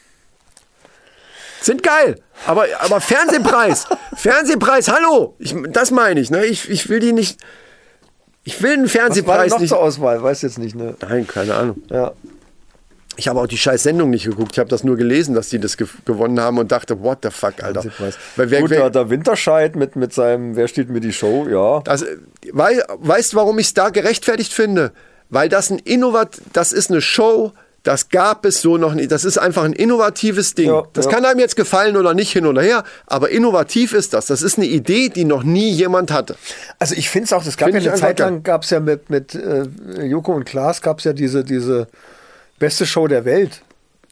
Sind geil, aber, aber Fernsehpreis, Fernsehpreis, hallo, ich, das meine ich, ne? ich, ich will die nicht... Ich will einen Fernsehpreis Was war denn noch nicht. zur Auswahl? Weiß jetzt nicht, ne? Nein, keine Ahnung. Ja. Ich habe auch die scheiß Sendung nicht geguckt. Ich habe das nur gelesen, dass die das ge- gewonnen haben und dachte, what the fuck, Alter. Weil wer, Gut, wer, der Winterscheid mit, mit seinem Wer steht mir die Show, ja. Das, wei, weißt du, warum ich es da gerechtfertigt finde? Weil das ein Innovat, das ist eine Show, das gab es so noch nicht. Das ist einfach ein innovatives Ding. Ja, das ja. kann einem jetzt gefallen oder nicht, hin oder her, aber innovativ ist das. Das ist eine Idee, die noch nie jemand hatte. Also ich finde es auch, das gab find ja eine Zeit lang, gab es ja mit, mit äh, Joko und Klaas, gab es ja diese, diese beste Show der Welt.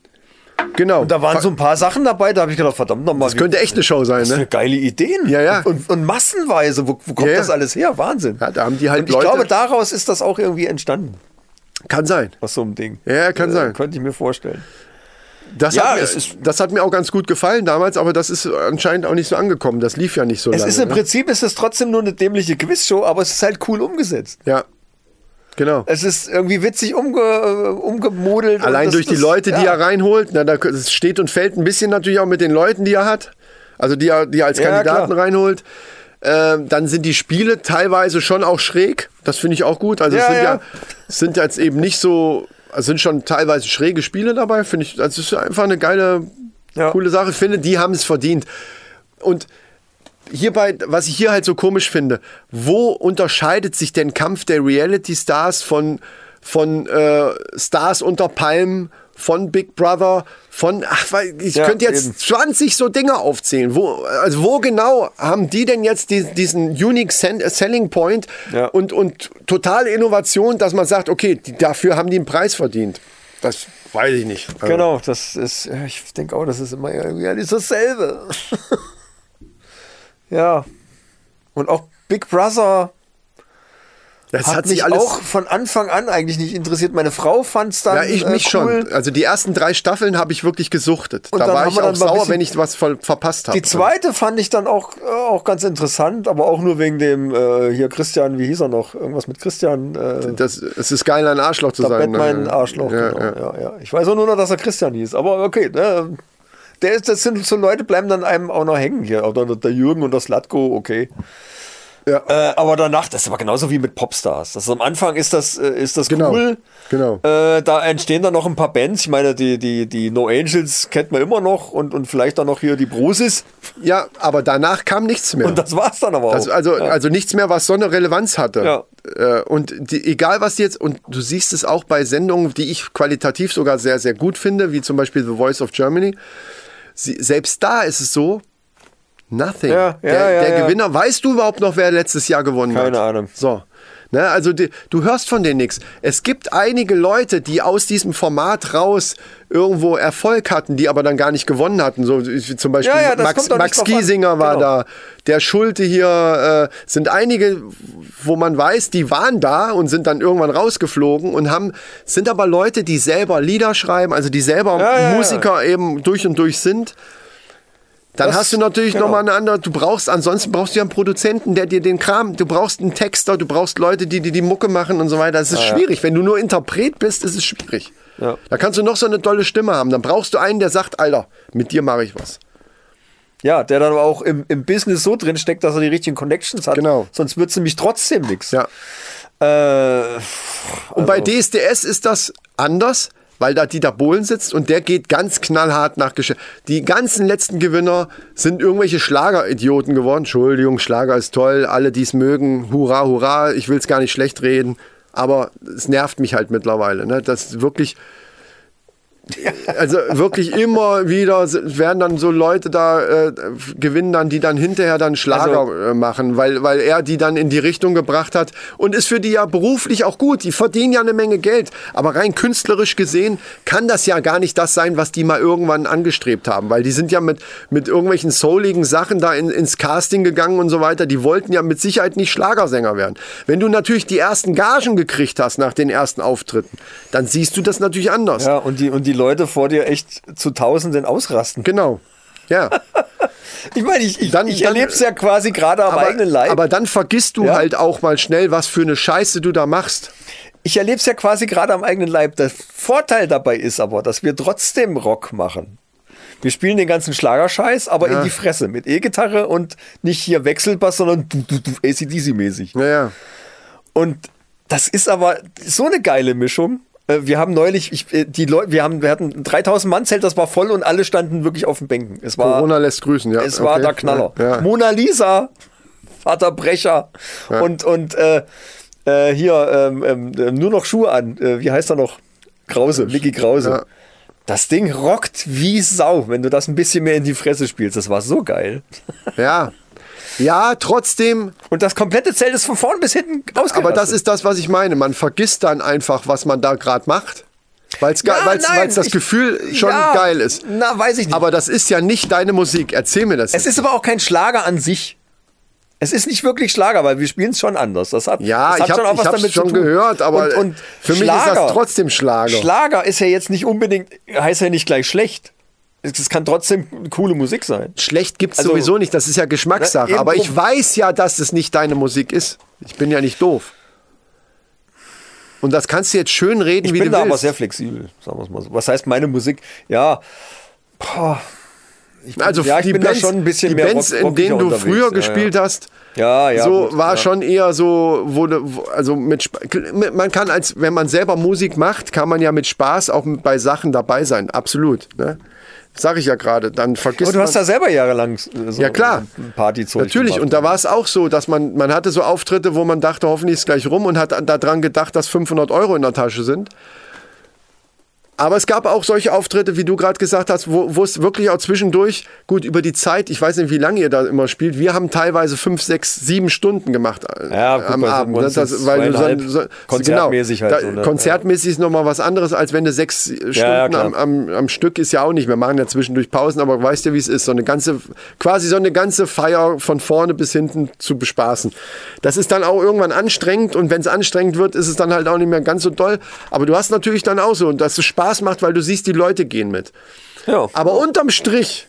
Genau. Und da waren so ein paar Sachen dabei, da habe ich gedacht, verdammt nochmal. Das könnte echt eine Show sein, das ne? Das sind geile Ideen. Ja, ja. Und, und massenweise, wo, wo kommt ja, ja. das alles her? Wahnsinn. Ja, da haben die halt und ich Leute, glaube, daraus ist das auch irgendwie entstanden. Kann sein. Aus so einem Ding. Ja, kann äh, sein. Könnte ich mir vorstellen. Das, ja, hat mir, es ist, das hat mir auch ganz gut gefallen damals, aber das ist anscheinend auch nicht so angekommen. Das lief ja nicht so es lange. Es ist im ne? Prinzip ist es trotzdem nur eine dämliche Quizshow, aber es ist halt cool umgesetzt. Ja, genau. Es ist irgendwie witzig umge, umgemodelt. Allein das, durch die das, Leute, die ja. er reinholt. Na, das steht und fällt ein bisschen natürlich auch mit den Leuten, die er hat. Also die er, die er als ja, Kandidaten klar. reinholt. Ähm, dann sind die Spiele teilweise schon auch schräg. Das finde ich auch gut. Also ja, es sind ja. ja sind jetzt eben nicht so... Es sind schon teilweise schräge Spiele dabei, finde ich. Das ist einfach eine geile, ja. coole Sache. Ich finde, die haben es verdient. Und hierbei, was ich hier halt so komisch finde, wo unterscheidet sich denn Kampf der Reality Stars von, von äh, Stars unter Palmen, von Big Brother, von, ach, ich ja, könnte jetzt eben. zwanzig so Dinge aufzählen. Wo, also wo genau haben die denn jetzt die, diesen Unique Selling Point ja. und, und totale Innovation, dass man sagt, okay, die, dafür haben die einen Preis verdient. Das weiß ich nicht. Also. Genau, das ist, ich denke auch, das ist immer irgendwie alles dasselbe. Ja. Und auch Big Brother Das hat, hat mich sich alles auch von Anfang an eigentlich nicht interessiert. Meine Frau fand es dann Ja, ich mich äh, cool. schon. Also die ersten drei Staffeln habe ich wirklich gesuchtet. Und Da dann war haben ich wir dann auch mal ein sauer, bisschen- wenn ich was ver verpasst habe. Die zweite fand ich dann auch, äh, auch ganz interessant, aber auch nur wegen dem, äh, hier Christian, wie hieß er noch? Irgendwas mit Christian. Äh, Das, es ist geil, ein Arschloch zu der sein. Batman ne? Arschloch, Ja, genau. ja. Ja, ja. Ich weiß auch nur noch, dass er Christian hieß, aber okay. Ne? Der ist, das sind so Leute, bleiben dann einem auch noch hängen hier. Oder der Jürgen und das Latko, okay. Ja. Äh, aber danach, das ist aber genauso wie mit Popstars. Das ist, am Anfang ist das, äh, ist das Genau, cool. genau. Äh, da entstehen dann noch ein paar Bands. Ich meine, die, die, die No Angels kennt man immer noch und, und vielleicht dann noch hier die Brusis. Ja, aber danach kam nichts mehr. Und das war's dann aber auch. Das, also, ja. also nichts mehr, was so eine Relevanz hatte. Ja. Äh, Und die, egal was die jetzt, und du siehst es auch bei Sendungen, die ich qualitativ sogar sehr, sehr gut finde, wie zum Beispiel The Voice of Germany. Sie, selbst da ist es so, nothing. Ja, ja, der ja, der ja. Gewinner, weißt du überhaupt noch, wer letztes Jahr gewonnen hat? Keine Ahnung. So. Ne, also die, du hörst von denen nichts. Es gibt einige Leute, die aus diesem Format raus irgendwo Erfolg hatten, die aber dann gar nicht gewonnen hatten. So wie zum Beispiel Ja, ja, das Max, kommt doch nicht Max drauf an. Giesinger war Genau. da, der Schulte hier, äh, sind einige, wo man weiß, die waren da und sind dann irgendwann rausgeflogen und haben, sind aber Leute, die selber Lieder schreiben, also die selber Ja, ja, ja. Musiker eben durch und durch sind. Dann Das- hast du natürlich genau. nochmal eine andere, du brauchst, ansonsten brauchst du ja einen Produzenten, der dir den Kram, du brauchst einen Texter, du brauchst Leute, die dir die Mucke machen und so weiter. Das ist ja. schwierig. Wenn du nur Interpret bist, ist es schwierig. Ja. Da kannst du noch so eine tolle Stimme haben. Dann brauchst du einen, der sagt, Alter, mit dir mache ich was. Ja, der dann aber auch im, im Business so drin steckt, dass er die richtigen Connections hat. Genau. Sonst wird es nämlich trotzdem nichts. Ja. Äh, Und bei D S D S ist das anders, weil da Dieter Bohlen sitzt und der geht ganz knallhart nach Geschäft. Die ganzen letzten Gewinner sind irgendwelche Schlageridioten geworden. Entschuldigung, Schlager ist toll, alle, die es mögen, hurra, hurra, ich will es gar nicht schlecht reden, aber es nervt mich halt mittlerweile, ne? Das wirklich... Also wirklich immer wieder werden dann so Leute da äh, gewinnen dann, die dann hinterher dann Schlager Also- äh, machen, weil, weil er die dann in die Richtung gebracht hat und ist für die ja beruflich auch gut. Die verdienen ja eine Menge Geld, aber rein künstlerisch gesehen kann das ja gar nicht das sein, was die mal irgendwann angestrebt haben, weil die sind ja mit, mit irgendwelchen souligen Sachen da in, ins Casting gegangen und so weiter. Die wollten ja mit Sicherheit nicht Schlagersänger werden. Wenn du natürlich die ersten Gagen gekriegt hast nach den ersten Auftritten, dann siehst du das natürlich anders. ja, und die, und die Leute vor dir echt zu Tausenden ausrasten. Genau. Ja. Ich meine, ich, ich, Dann- ich dann- erlebe es ja quasi gerade am eigenen Leib. aber dann vergisst du Ja. halt auch mal schnell, was für eine Scheiße du da machst. ich erlebe es ja quasi gerade am eigenen Leib. Der Vorteil dabei ist aber, dass wir trotzdem Rock machen. Wir spielen den ganzen Schlagerscheiß, aber Ja. in die Fresse mit E-Gitarre und nicht hier Wechselbass, sondern du, du, du, A C D C-mäßig. Naja. Und das ist aber so eine geile Mischung. Äh, Wir haben neulich, ich, äh, die Leute, wir haben, wir hatten ein dreitausend Mann Zelt, das war voll und alle standen wirklich auf den Bänken. Es war, Corona lässt grüßen, ja. es war Okay. der Knaller. Ja, ja. Mona Lisa, Vater Brecher und und äh, äh, hier ähm, ähm, nur noch Schuhe an. Äh, wie heißt er noch? Krause, Micky Krause. Ja. Das Ding rockt wie Sau, wenn du das ein bisschen mehr in die Fresse spielst. Das war so geil. Ja. Ja, trotzdem, Und das komplette Zelt ist von vorn bis hinten ausgerastet. aber das ist das, was ich meine. Man vergisst dann einfach, was man da gerade macht. Weil es Ja, nein, das ich- Gefühl schon Ja, geil ist. Na, weiß ich nicht. Aber das ist ja nicht deine Musik. Erzähl mir das. Es jetzt. ist aber auch kein Schlager an sich. Es ist nicht wirklich Schlager, weil wir spielen es schon anders. Das hat, Ja, das hat ich habe schon auch was es damit zu schon tun. gehört, aber und, und für mich ist das trotzdem Schlager. Schlager ist ja jetzt nicht unbedingt, heißt ja nicht gleich schlecht. Es es kann trotzdem coole Musik sein. Schlecht gibt es Also- sowieso nicht, das ist ja Geschmackssache. Na, eben aber ich drum. weiß ja, dass es nicht deine Musik ist. Ich bin ja nicht doof. Und das kannst du jetzt schön reden, Ich wie bin du da willst. aber sehr flexibel, sagen wir es mal so. Was heißt meine Musik? Ja, boah, ich bin, Also ja, ich die bin Bands, da schon ein bisschen die mehr Bands, rock- in denen du rockiger früher unterwegs. gespielt ja, hast, Ja, ja, so gut, war ja. schon eher so, wurde, wo- also mit, Sp- man kann als, wenn man selber Musik macht, kann man ja mit Spaß auch bei Sachen dabei sein, absolut. Ne? Sag ich ja gerade, dann vergisst Aber du man. hast da selber jahrelang äh, so Ja, klar. ein Partyzeug Natürlich, gemacht. und da war es auch so, dass man, man hatte so Auftritte, wo man dachte, hoffentlich ist es gleich rum und hat daran gedacht, dass fünfhundert Euro in der Tasche sind. Aber es gab auch solche Auftritte, wie du gerade gesagt hast, wo wo es wirklich auch zwischendurch, gut, über die Zeit, ich weiß nicht, wie lange ihr da immer spielt, wir haben teilweise fünf, sechs, sieben Stunden gemacht ja, gut, am Abend. Ne? Das, weil du so, so, konzertmäßig genau, halt. Da, so, ne? Konzertmäßig ist nochmal was anderes, als wenn du sechs Stunden ja, ja, am, am, am Stück ist ja auch nicht. Wir machen ja zwischendurch Pausen, aber weißt du, wie es ist, so eine ganze, quasi so eine ganze Feier von vorne bis hinten zu bespaßen. Das ist dann auch irgendwann anstrengend und wenn es anstrengend wird, ist es dann halt auch nicht mehr ganz so doll. Aber du hast natürlich dann auch so, dass es Spaß macht, weil du siehst, die Leute gehen mit. Ja. Aber unterm Strich,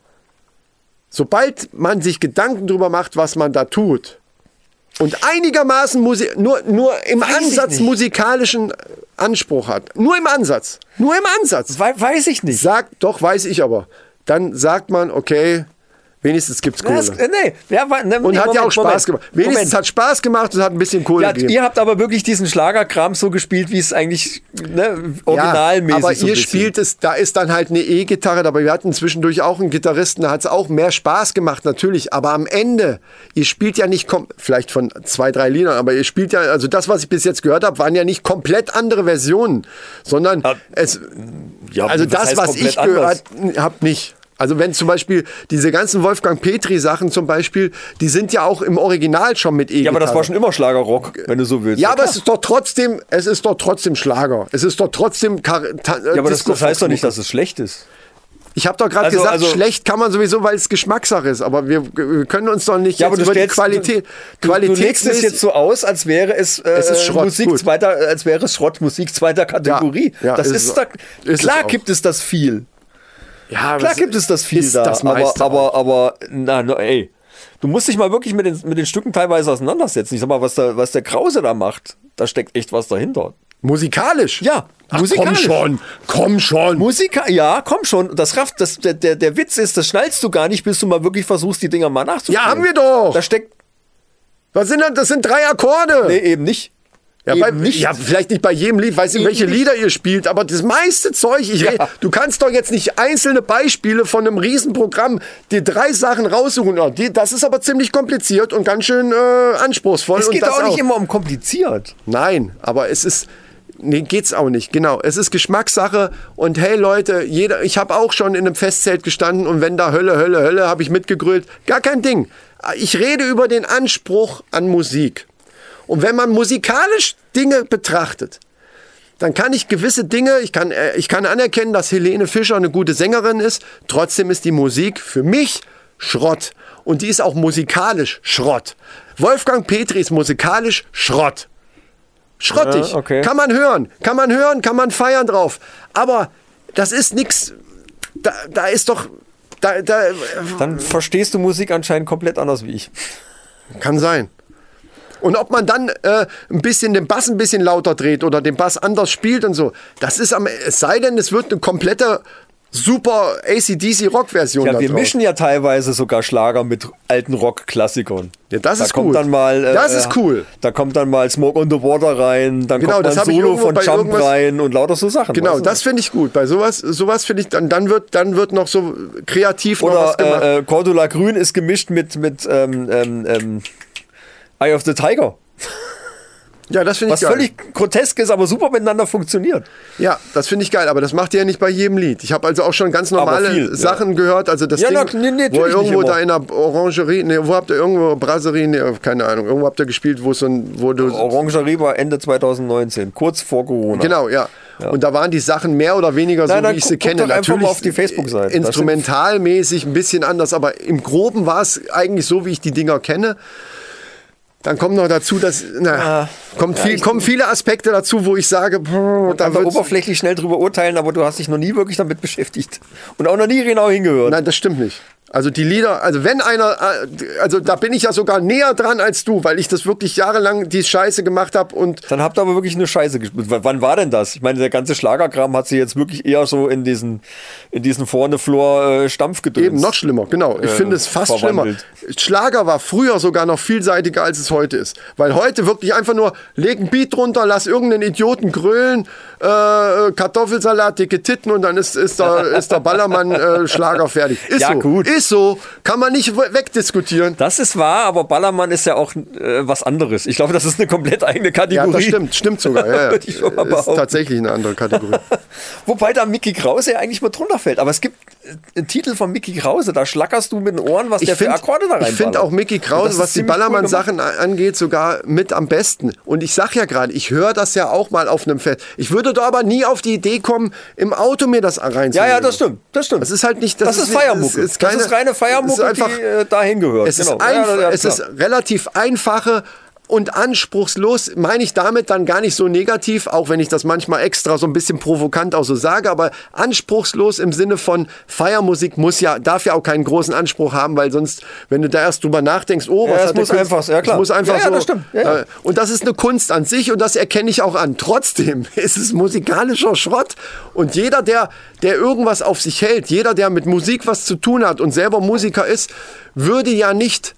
sobald man sich Gedanken darüber macht, was man da tut und einigermaßen Musik, nur, nur im Weiß Ansatz musikalischen Anspruch hat, nur im Ansatz, nur im Ansatz, We- weiß ich nicht. sagt, doch, weiß ich aber, dann sagt man, okay, wenigstens gibt's Kohle. Das, äh, nee, ja, wa- ne, Und nee, hat ja auch Moment, Spaß Moment, gemacht. Wenigstens Moment. hat Spaß gemacht und hat ein bisschen Kohle Ja, gegeben. ihr habt aber wirklich diesen Schlagerkram so gespielt, wie es eigentlich ne, originalmäßig ja, aber so ein ihr bisschen. spielt es, da ist dann halt eine E-Gitarre dabei. Wir hatten zwischendurch auch einen Gitarristen, da hat es auch mehr Spaß gemacht, natürlich. Aber am Ende, ihr spielt ja nicht, kom- vielleicht von zwei, drei Liedern, aber ihr spielt ja, also das, was ich bis jetzt gehört habe, waren ja nicht komplett andere Versionen, sondern Ja, es, ja, also was das, heißt was komplett ich gehört anders? habe, nicht. Also wenn zum Beispiel diese ganzen Wolfgang Petri-Sachen zum Beispiel, die sind ja auch im Original schon mit E-Gitarre. Ja, aber das war schon immer Schlagerrock, wenn du so willst. Ja, aber klar. es ist doch trotzdem, es ist doch trotzdem Schlager. Es ist doch trotzdem. Kar- ta- Ja, aber das, Disco das heißt doch nicht, Fox. dass es schlecht ist. Ich habe doch gerade Also- gesagt, also- schlecht kann man sowieso, weil es Geschmackssache ist. Aber wir, wir können uns doch nicht Ja, jetzt aber du über die stellst, Qualität. du, du, du legst es Qualitätsmäßig- jetzt so aus, als wäre es, äh, Es ist Schrott, Musik gut. zweiter, als wäre es Schrottmusik zweiter Kategorie. Ja, ja, das ist ist, es da, auch. Ist klar es auch. gibt es das viel. Ja, Klar das gibt es das viel ist da, das aber, meiste aber, aber, na, no, ey, du musst dich mal wirklich mit den, mit den Stücken teilweise auseinandersetzen. Ich sag mal, was, da, was der Krause da macht, da steckt echt was dahinter. Musikalisch? Ja, Ach, musikalisch. komm schon, komm schon. Musika, ja, komm schon. Das rafft, das, der, der, der Witz ist, das schnallst du gar nicht, bis du mal wirklich versuchst, die Dinger mal nachzuspielen. Ja, haben wir doch. Da steckt, Was sind das? Das sind drei Akkorde. nee, eben nicht. Ja, Eben bei, nicht. ja, vielleicht nicht bei jedem Lied, weiß nicht, Eben welche nicht. Lieder ihr spielt, aber das meiste Zeug, ich Ja. red, du kannst doch jetzt nicht einzelne Beispiele von einem Riesenprogramm, dir drei Sachen raussuchen. Ja, die, das ist aber ziemlich kompliziert und ganz schön äh, anspruchsvoll. Es und geht das auch nicht immer um kompliziert. Nein, aber es ist, nee, geht's auch nicht, genau. Es ist Geschmackssache und hey Leute, jeder, ich habe auch schon in einem Festzelt gestanden und wenn da Hölle, Hölle, Hölle, habe ich mitgegrölt. Gar kein Ding. Ich rede über den Anspruch an Musik. Und wenn man musikalisch Dinge betrachtet, dann kann ich gewisse Dinge, ich kann, äh, ich kann anerkennen, dass Helene Fischer eine gute Sängerin ist. Trotzdem ist die Musik für mich Schrott. Und die ist auch musikalisch Schrott. Wolfgang Petri ist musikalisch Schrott. Schrottig. Ja, okay. Kann man hören. Kann man hören, kann man feiern drauf. Aber das ist nix. Da, da ist doch. Da, da, Dann verstehst du Musik anscheinend komplett anders wie ich. Kann sein. Und ob man dann äh, ein bisschen den Bass ein bisschen lauter dreht oder den Bass anders spielt und so, das ist am, es sei denn, es wird eine komplette super A C D C-Rock-Version. Ja, da wir drauf. mischen ja teilweise sogar Schlager mit alten Rock-Klassikern. Ja, das da ist kommt gut. Dann mal, äh, Das ist cool. Da kommt dann mal Smoke on the Water rein, dann Genau, kommt das mal hab ein ich Solo irgendwo von bei Jump irgendwas- rein und lauter so Sachen. Genau, weißt du? das finde ich gut. Bei sowas, sowas finde ich, dann, dann, wird, dann wird noch so kreativ noch Oder was gemacht. äh, äh, Cordula Grün ist gemischt mit, mit ähm, ähm, ähm, Eye of the Tiger. ja, das finde ich Was geil. völlig grotesk ist, aber super miteinander funktioniert. Ja, das finde ich geil, aber das macht ihr ja nicht bei jedem Lied. Ich habe also auch schon ganz normale viel, ja. Sachen gehört, also das Ja, Ding, na, nee, nee, wo ihr natürlich irgendwo nicht da in der Orangerie, nee, wo habt ihr irgendwo, Brasserie, nee, keine Ahnung, irgendwo habt ihr gespielt, wo so ein, wo du, Orangerie war Ende zwanzig neunzehn, kurz vor Corona. genau, ja. Und da waren die Sachen mehr oder weniger so, Nein, dann wie ich sie guck- guck kenne. doch einfach Natürlich mal auf die Facebook-Seite. Da instrumentalmäßig ein bisschen anders, aber im Groben war es eigentlich so, wie ich die Dinger kenne. Dann kommt noch dazu, dass na, Ah, kommt ja, viel, ich- kommen viele Aspekte dazu, wo ich sage, brr, da Kann man wird's- oberflächlich schnell drüber urteilen, aber du hast dich noch nie wirklich damit beschäftigt. Und auch noch nie genau hingehört. Nein, das stimmt nicht. Also die Lieder, also wenn einer, äh, also da bin ich ja sogar näher dran als du, weil ich das wirklich jahrelang die Scheiße gemacht habe und Dann habt ihr aber wirklich eine Scheiße gespielt. W wann war denn das? Ich meine, der ganze Schlagerkram hat sich jetzt wirklich eher so in diesen, in diesen Vorne-Flor-Stampf gedöns. eben noch schlimmer, genau. Ich Äh, finde es fast verwandelt. schlimmer. Schlager war früher sogar noch vielseitiger, als es heute ist. Weil heute wirklich einfach nur, leg ein Beat drunter, lass irgendeinen Idioten grölen, äh, Kartoffelsalat, dicke Titten und dann ist, ist, der, ist der Ballermann äh, Schlager fertig. Ist Ja, so. gut. ist so, kann man nicht wegdiskutieren. Das ist wahr, aber Ballermann ist ja auch äh, was anderes. Ich glaube, das ist eine komplett eigene Kategorie. Ja, das stimmt, stimmt sogar. Ja, ja. Würde ich schon mal ist tatsächlich eine andere Kategorie. Wobei da Mickey Krause ja eigentlich mal drunter fällt. Aber es gibt einen Titel von Mickey Krause, da schlackerst du mit den Ohren, was ich der find, für Akkorde da reinballert. Ich finde auch Mickey Krause, was die Ballermann-Sachen cool angeht, sogar mit am besten. Und ich sag ja gerade, ich höre das ja auch mal auf einem Fest. Ich würde da aber nie auf die Idee kommen, im Auto mir das reinzunehmen. Ja, ja, das stimmt. Das stimmt. Das ist halt nicht... Das, das ist, ist Feiermucke. Das ist, keine, das ist reine Feiermucke, ist einfach, die äh, dahin gehört. Es, genau. ist, einf- ja, ja, es ist relativ einfache und anspruchslos, meine ich damit dann gar nicht so negativ, auch wenn ich das manchmal extra so ein bisschen provokant auch so sage, aber anspruchslos im Sinne von Feiermusik muss ja, darf ja auch keinen großen Anspruch haben, weil sonst, wenn du da erst drüber nachdenkst, oh, was ja, hat muss der einfach, ja klar. muss einfach ja, ja, so. Das stimmt. Ja, ja. Und das ist eine Kunst an sich und das erkenne ich auch an. Trotzdem ist es musikalischer Schrott und jeder, der, der irgendwas auf sich hält, jeder, der mit Musik was zu tun hat und selber Musiker ist, würde ja nicht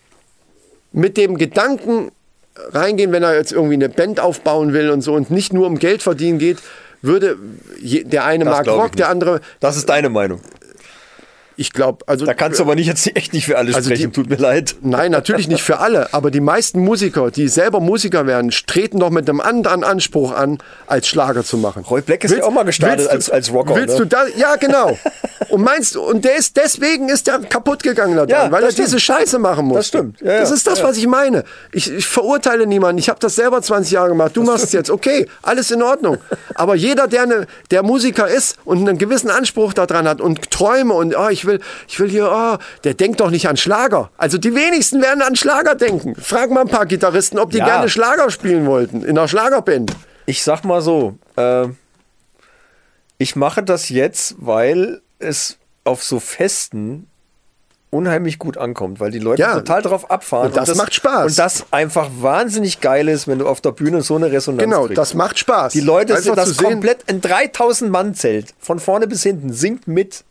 mit dem Gedanken reingehen, wenn er jetzt irgendwie eine Band aufbauen will und so und nicht nur um Geld verdienen geht, würde je, der eine das mag Rock, der andere... Das ist deine Meinung. Ich glaube, also... Da kannst du aber nicht jetzt echt nicht für alle also sprechen, die, tut mir leid. Nein, natürlich nicht für alle, aber die meisten Musiker, die selber Musiker werden, treten doch mit einem anderen Anspruch an, als Schlager zu machen. Roy Black ist willst, ja auch mal gestartet du, als, als Rocker. Willst ne? du da, ja, genau. Und meinst du, und der ist, deswegen ist der kaputt gegangen da dran, Ja, weil er stimmt. diese Scheiße machen muss. Das stimmt. Ja, das ja, ist das, ja. was ich meine. Ich, ich verurteile niemanden. Ich habe das selber zwanzig Jahre gemacht. Du machst es jetzt. Okay, alles in Ordnung. Aber jeder, der, ne, der Musiker ist und einen gewissen Anspruch daran hat und Träume und oh, ich will, ich will hier, oh, der denkt doch nicht an Schlager. Also die wenigsten werden an Schlager denken. Frag mal ein paar Gitarristen, ob die Ja. gerne Schlager spielen wollten in einer Schlagerband. Ich sag mal so, äh, ich mache das jetzt, weil es auf so Festen unheimlich gut ankommt, weil die Leute Ja. total drauf abfahren. Und das macht Spaß. Und das einfach wahnsinnig geil ist, wenn du auf der Bühne so eine Resonanz Genau, kriegst. das macht Spaß. Die Leute sind Einfach das zu sehen. komplett ein dreitausend Mann Zelt, von vorne bis hinten, singt mit.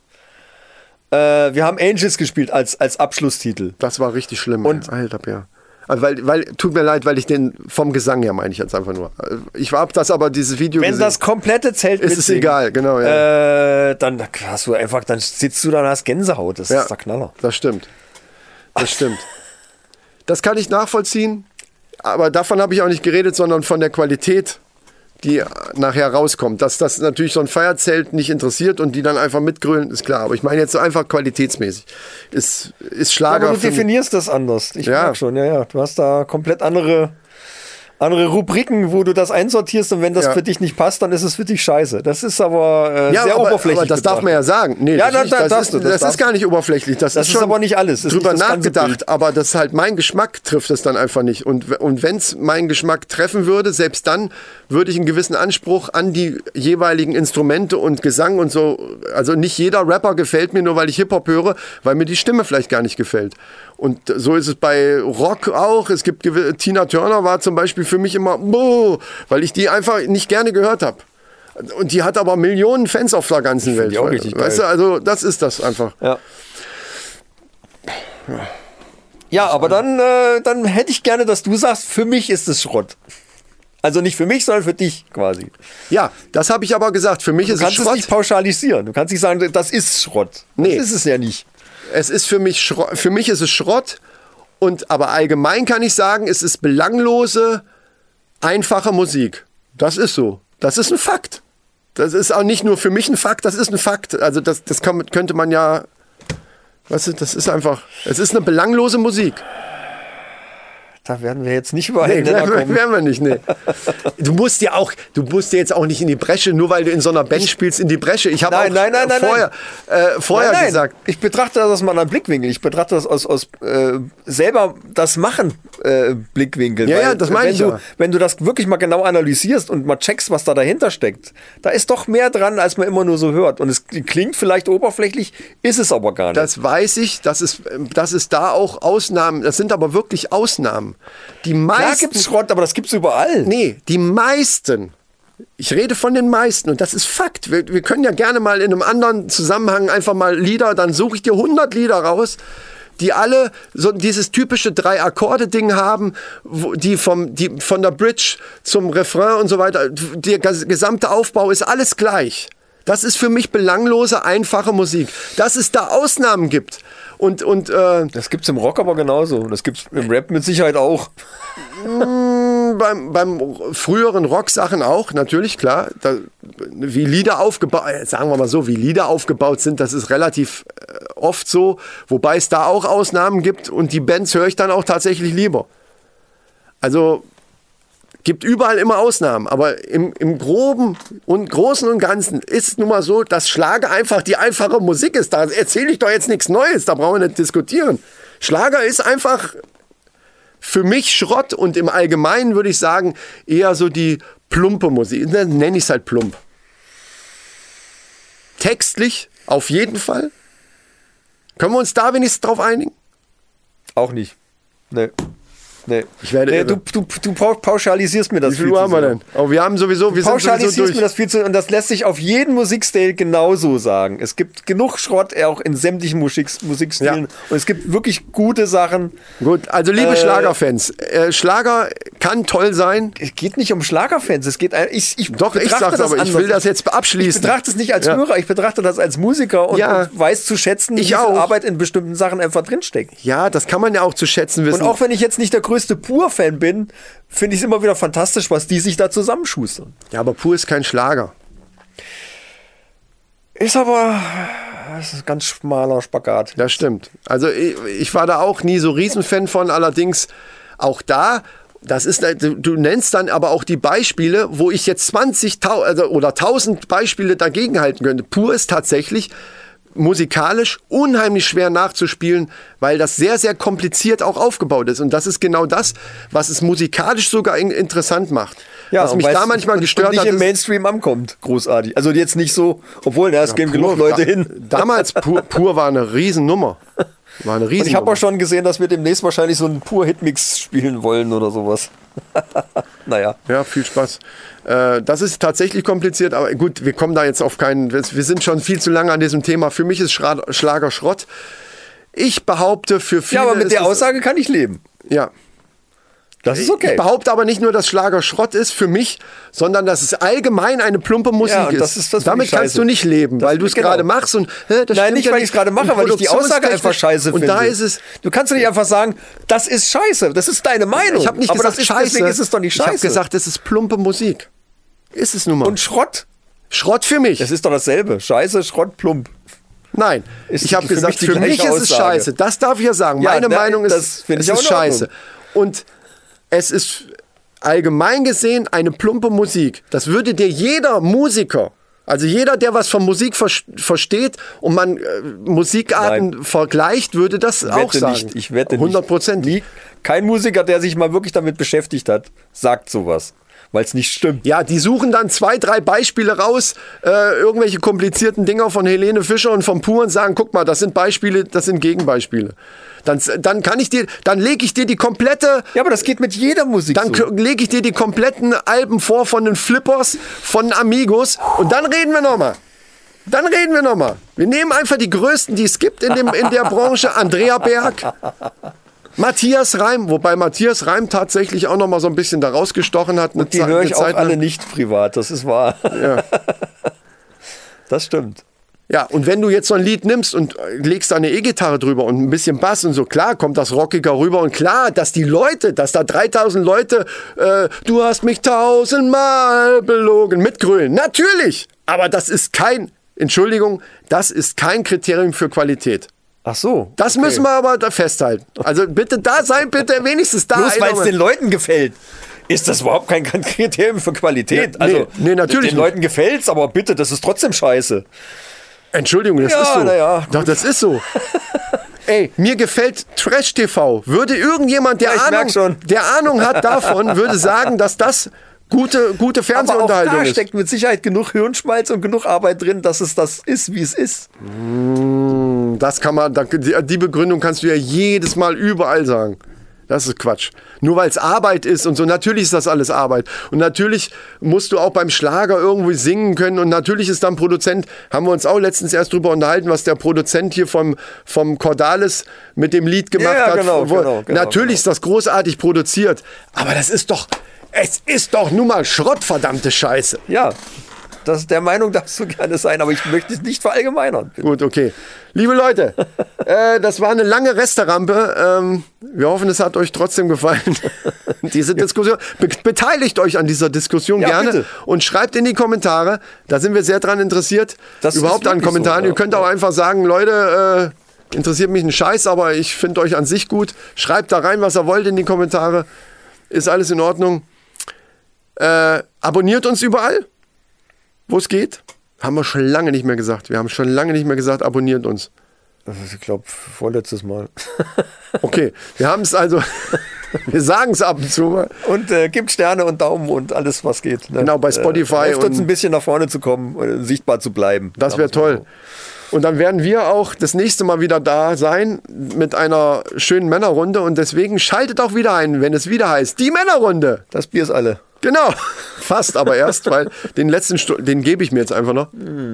Äh, wir haben Angels gespielt als, als Abschlusstitel. Das war richtig schlimm. Und- ey. Alter, ja. Also weil, weil, tut mir leid, weil ich den vom Gesang her meine ich jetzt einfach nur. Ich habe das aber dieses Video Wenn gesehen. das komplette Zelt ist es mitsingt, egal, genau. Ja. äh, dann hast du einfach, dann sitzt du da und hast Gänsehaut. Das Ja, ist der Knaller. Das stimmt. Das stimmt. Das kann ich nachvollziehen, aber davon habe ich auch nicht geredet, sondern von der Qualität, die nachher rauskommt. Dass das natürlich so ein Feierzelt nicht interessiert und die dann einfach mitgrölen, ist klar. Aber ich meine jetzt so einfach qualitätsmäßig. Ist, ist Schlager. Aber du für- definierst das anders. Ich Ja. mag schon, ja, ja. Du hast da komplett andere, andere Rubriken, wo du das einsortierst und wenn das Ja. für dich nicht passt, dann ist es für dich scheiße. Das ist aber äh, Ja, sehr aber, oberflächlich. aber das darf man ja sagen. Nee, Ja, das, da- nicht, da das, darfst ist, du, das das darfst ist gar nicht oberflächlich. Das, Das ist ist schon aber nicht alles. Das ist drüber nicht das ganze nachgedacht, Bild. aber das ist halt mein Geschmack trifft es dann einfach nicht. Und, und wenn es meinen Geschmack treffen würde, selbst dann würde ich einen gewissen Anspruch an die jeweiligen Instrumente und Gesang und so. Also nicht jeder Rapper gefällt mir, nur weil ich Hip-Hop höre, weil mir die Stimme vielleicht gar nicht gefällt. Und so ist es bei Rock auch. Es gibt gew- Tina Turner war zum Beispiel für mich immer, boah, weil ich die einfach nicht gerne gehört habe. Und die hat aber Millionen Fans auf der ganzen Welt. die auch richtig weißt geil. du, also das ist das einfach. Ja. Ja, aber dann, äh, dann hätte ich gerne, dass du sagst, für mich ist es Schrott. Also nicht für mich, sondern für dich quasi. Ja, das habe ich aber gesagt. Für mich Du ist es kannst es Schrott. nicht pauschalisieren. Du kannst nicht sagen, das ist Schrott. Nee. Das ist es ja nicht. Es ist für mich Schrott. Für mich ist es Schrott. Und aber allgemein kann ich sagen, es ist belanglose, einfache Musik. Das ist so. Das ist ein Fakt. Das ist auch nicht nur für mich ein Fakt, das ist ein Fakt. Also das, das kann, könnte man ja. Weißt du, das ist einfach. Es ist eine belanglose Musik. Da werden wir jetzt nicht überall Nee, nee, werden, kommen. werden wir nicht, nee. Du musst ja auch, du musst ja jetzt auch nicht in die Bresche, nur weil du in so einer Band spielst, in die Bresche. Ich habe auch Nein, nein, nein, nein, vorher, Äh, vorher nein, nein. gesagt. Ich betrachte das aus einem anderen Blickwinkel. Ich betrachte das aus, aus äh, selber das Machen äh, Blickwinkel. Ja, Weil, ja, das meine wenn ich du, ja. Wenn du das wirklich mal genau analysierst und mal checkst, was da dahinter steckt, da ist doch mehr dran, als man immer nur so hört. Und es klingt vielleicht oberflächlich, ist es aber gar nicht. Das weiß ich, das ist, das ist da auch Ausnahmen, das sind aber wirklich Ausnahmen. Die Klar meisten, gibt's Schrott, aber das gibt's überall. nee, die meisten, ich rede von den meisten und das ist Fakt. Wir, wir können ja gerne mal in einem anderen Zusammenhang einfach mal Lieder, dann suche ich dir hundert Lieder raus, die alle so dieses typische Drei-Akkorde-Ding haben, wo die, vom, die von der Bridge zum Refrain und so weiter, der ges- gesamte Aufbau ist alles gleich. Das ist für mich belanglose, einfache Musik. Dass es da Ausnahmen gibt. Und, und, äh, das gibt's im Rock aber genauso. Und das gibt's im Rap mit Sicherheit auch. mh, beim, beim früheren Rock-Sachen auch, natürlich, klar. Da, wie Lieder aufgebaut, sagen wir mal so, wie Lieder aufgebaut sind, das ist relativ äh, oft so. Wobei es da auch Ausnahmen gibt. Und die Bands höre ich dann auch tatsächlich lieber. Also... Gibt überall immer Ausnahmen, aber im, im Groben und Großen und Ganzen ist es nun mal so, dass Schlager einfach die einfache Musik ist. Da erzähle ich doch jetzt nichts Neues, da brauchen wir nicht diskutieren. Schlager ist einfach für mich Schrott und im Allgemeinen würde ich sagen, eher so die plumpe Musik. Dann nenne ich es halt plump. Textlich auf jeden Fall. Können wir uns da wenigstens drauf einigen? Auch nicht. Nee. Nee. Ich werde nee, du, du, du pauschalisierst mir das Wie viel Uhr haben wir denn? Oh, wir haben sowieso, wir du pauschalisierst sind sowieso durch. mir das viel zu, und das lässt sich auf jeden Musikstil genauso sagen. Es gibt genug Schrott, auch in sämtlichen Musik, Musikstilen. Ja. Und es gibt wirklich gute Sachen. Gut, also liebe äh, Schlagerfans, äh, Schlager kann toll sein. Es geht nicht um Schlagerfans, es geht ich, ich Doch, ich sag's aber, anders. Ich will das jetzt abschließen. Ich betrachte es nicht als ja. Hörer, ich betrachte das als Musiker und, ja. und weiß zu schätzen, ich wie viel auch. Arbeit in bestimmten Sachen einfach drinsteckt. Ja, das kann man ja auch zu schätzen wissen. Und auch wenn ich jetzt nicht der größte Pur-Fan bin, finde ich es immer wieder fantastisch, was die sich da zusammenschustern. Ja, aber Pur ist kein Schlager. Ist aber das ist ein ganz schmaler Spagat. Das stimmt. Also ich, ich war da auch nie so Riesenfan von, allerdings auch da, das ist, du, du nennst dann aber auch die Beispiele, wo ich jetzt zwanzig also, oder tausend Beispiele dagegen halten könnte. Pur ist tatsächlich musikalisch unheimlich schwer nachzuspielen, weil das sehr, sehr kompliziert auch aufgebaut ist. Und das ist genau das, was es musikalisch sogar in, interessant macht. Ja, was mich da manchmal gestört und nicht hat. Nicht im Mainstream ankommt, großartig. Also jetzt nicht so, obwohl, da ja, gehen Pur, genug Leute da, hin. Damals Pur, Pur war eine Riesennummer. War eine Riesennummer. Und ich habe auch schon gesehen, dass wir demnächst wahrscheinlich so einen Pur-Hitmix spielen wollen oder sowas. Naja. Ja, viel Spaß. Äh, das ist tatsächlich kompliziert, aber gut, wir kommen da jetzt auf keinen, wir sind schon viel zu lange an diesem Thema. Für mich ist Schra- Schlager Schrott. Ich behaupte, für viele Ja, aber mit der es, Aussage kann ich leben. Ja. Das ist okay. Ich behaupte aber nicht nur, dass Schlager Schrott ist für mich, sondern dass es allgemein eine plumpe Musik ja, und ist. Das ist das Damit kannst du nicht leben, das weil du es genau. gerade machst. Und, hä, das Nein, nicht, ja weil ich es gerade mache, weil ich die Aussage einfach scheiße und finde. Da ist es, du kannst doch nicht einfach sagen, das ist scheiße, das ist deine Meinung. Ich habe nicht aber gesagt das ist, scheiße. Deswegen ist es doch nicht scheiße. Ich habe gesagt, es ist plumpe Musik. Ist es nun mal. Und Schrott? Schrott für mich. Es ist doch dasselbe. Scheiße, Schrott, plump. Nein, ist ich habe gesagt, mich für mich ist es Aussage. scheiße. Das darf ich ja sagen. Ja, Meine na, Meinung ist, das es ich ist scheiße. Und es ist allgemein gesehen eine plumpe Musik. Das würde dir jeder Musiker, also jeder, der was von Musik ver- versteht und man äh, Musikarten Nein. vergleicht, würde das ich auch sagen. Nicht. Ich wette hundert Prozent. Nicht. Kein Musiker, der sich mal wirklich damit beschäftigt hat, sagt sowas. Weil es nicht stimmt. Ja, die suchen dann zwei, drei Beispiele raus, äh, irgendwelche komplizierten Dinger von Helene Fischer und vom Pur und sagen, guck mal, das sind Beispiele, das sind Gegenbeispiele. Dann, dann kann ich dir, dann lege ich dir die komplette. Ja, aber das geht mit jeder Musik. Dann so. lege ich dir die kompletten Alben vor von den Flippers, von Amigos und dann reden wir nochmal. Dann reden wir nochmal. Wir nehmen einfach die größten, die es gibt in, dem, in der Branche. Andrea Berg, Matthias Reim, wobei Matthias Reim tatsächlich auch nochmal so ein bisschen da rausgestochen hat. Und die Ze- höre ich auch Zeit alle lang. nicht privat, das ist wahr. Ja. Das stimmt. Ja, und wenn du jetzt so ein Lied nimmst und legst da eine E-Gitarre drüber und ein bisschen Bass und so, klar kommt das rockiger rüber und klar, dass die Leute, dass da dreitausend Leute, äh, du hast mich tausendmal belogen, mitgrölen. Natürlich, aber das ist kein, Entschuldigung, das ist kein Kriterium für Qualität. Ach so. Das okay. müssen wir aber da festhalten. Also bitte da sein, bitte wenigstens da. Bloß weil es den Leuten gefällt. Ist das überhaupt kein Kriterium für Qualität? Nee, also, nee, natürlich den nicht. Leuten gefällt's, aber bitte, das ist trotzdem scheiße. Entschuldigung, das Ja, ist so. na ja, Doch, das ist so. Ey, mir gefällt Trash-T V. Würde irgendjemand, der, Ja, ich merk Ahnung, schon. der Ahnung hat davon, würde sagen, dass das gute, gute Aber auch Fernsehunterhaltung da ist. steckt mit Sicherheit genug Hirnschmalz und genug Arbeit drin, dass es das ist, wie es ist. Das kann man, da- die die Begründung kannst du ja jedes Mal überall sagen. Das ist Quatsch. Nur weil es Arbeit ist und so, natürlich ist das alles Arbeit. Und natürlich musst du auch beim Schlager irgendwie singen können. Und natürlich ist dann Produzent, haben wir uns auch letztens erst drüber unterhalten, was der Produzent hier vom, vom Cordalis mit dem Lied gemacht Ja, ja, hat. genau, Wo, genau, genau, natürlich genau. ist das großartig produziert. Aber das ist doch, es ist doch nun mal Schrott, verdammte Scheiße. Ja. Das, der Meinung darfst du gerne sein, aber ich möchte es nicht verallgemeinern. Bitte. Gut, okay. Liebe Leute, äh, das war eine lange Resterampe. Ähm, wir hoffen, es hat euch trotzdem gefallen. Diese Diskussion. Be- beteiligt euch an dieser Diskussion Ja, gerne bitte. und schreibt in die Kommentare. Da sind wir sehr dran interessiert. Das Überhaupt ist an wirklich Kommentaren. so, ja. Ihr könnt auch einfach sagen, Leute, äh, interessiert mich ein Scheiß, aber ich finde euch an sich gut. Schreibt da rein, was ihr wollt in die Kommentare. Ist alles in Ordnung. Äh, abonniert uns überall, wo es geht. Haben wir schon lange nicht mehr gesagt. Wir haben schon lange nicht mehr gesagt, abonniert uns. Ich glaube, vorletztes Mal. Okay, wir haben es also, wir sagen es ab und zu mal. Und äh, gibt Sterne und Daumen und alles, was geht. Ne? Genau, bei Spotify Äh, hilft uns und- ein bisschen nach vorne zu kommen, äh, sichtbar zu bleiben. Das wäre Sagen wir mal toll. Und dann werden wir auch das nächste Mal wieder da sein mit einer schönen Männerrunde. Und deswegen schaltet auch wieder ein, wenn es wieder heißt, die Männerrunde. so. Das Bier ist alle. Genau, fast aber erst, weil den letzten, Stu- den gebe ich mir jetzt einfach noch.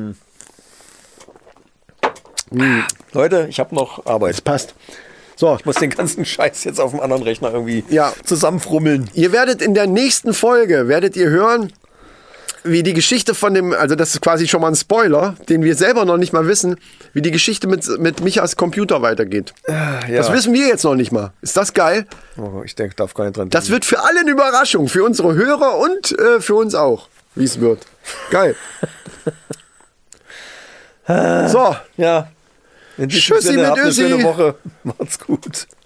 Leute, ich habe noch Arbeit. Das passt. So, Ich muss den ganzen Scheiß jetzt auf dem anderen Rechner irgendwie Ja. zusammenfrummeln. ihr werdet in der nächsten Folge, werdet ihr hören, wie die Geschichte von dem, also das ist quasi schon mal ein Spoiler, den wir selber noch nicht mal wissen, wie die Geschichte mit, mit Michas Computer weitergeht. Ja. Das wissen wir jetzt noch nicht mal. Ist das geil? Oh, ich denke, darf gar nicht dran Das denken. wird für alle eine Überraschung, für unsere Hörer und äh, für uns auch, wie es wird. Geil. So, Ja. In diesem Tschüssi Sinne, mit habt eine Össi. schöne Woche. Macht's gut.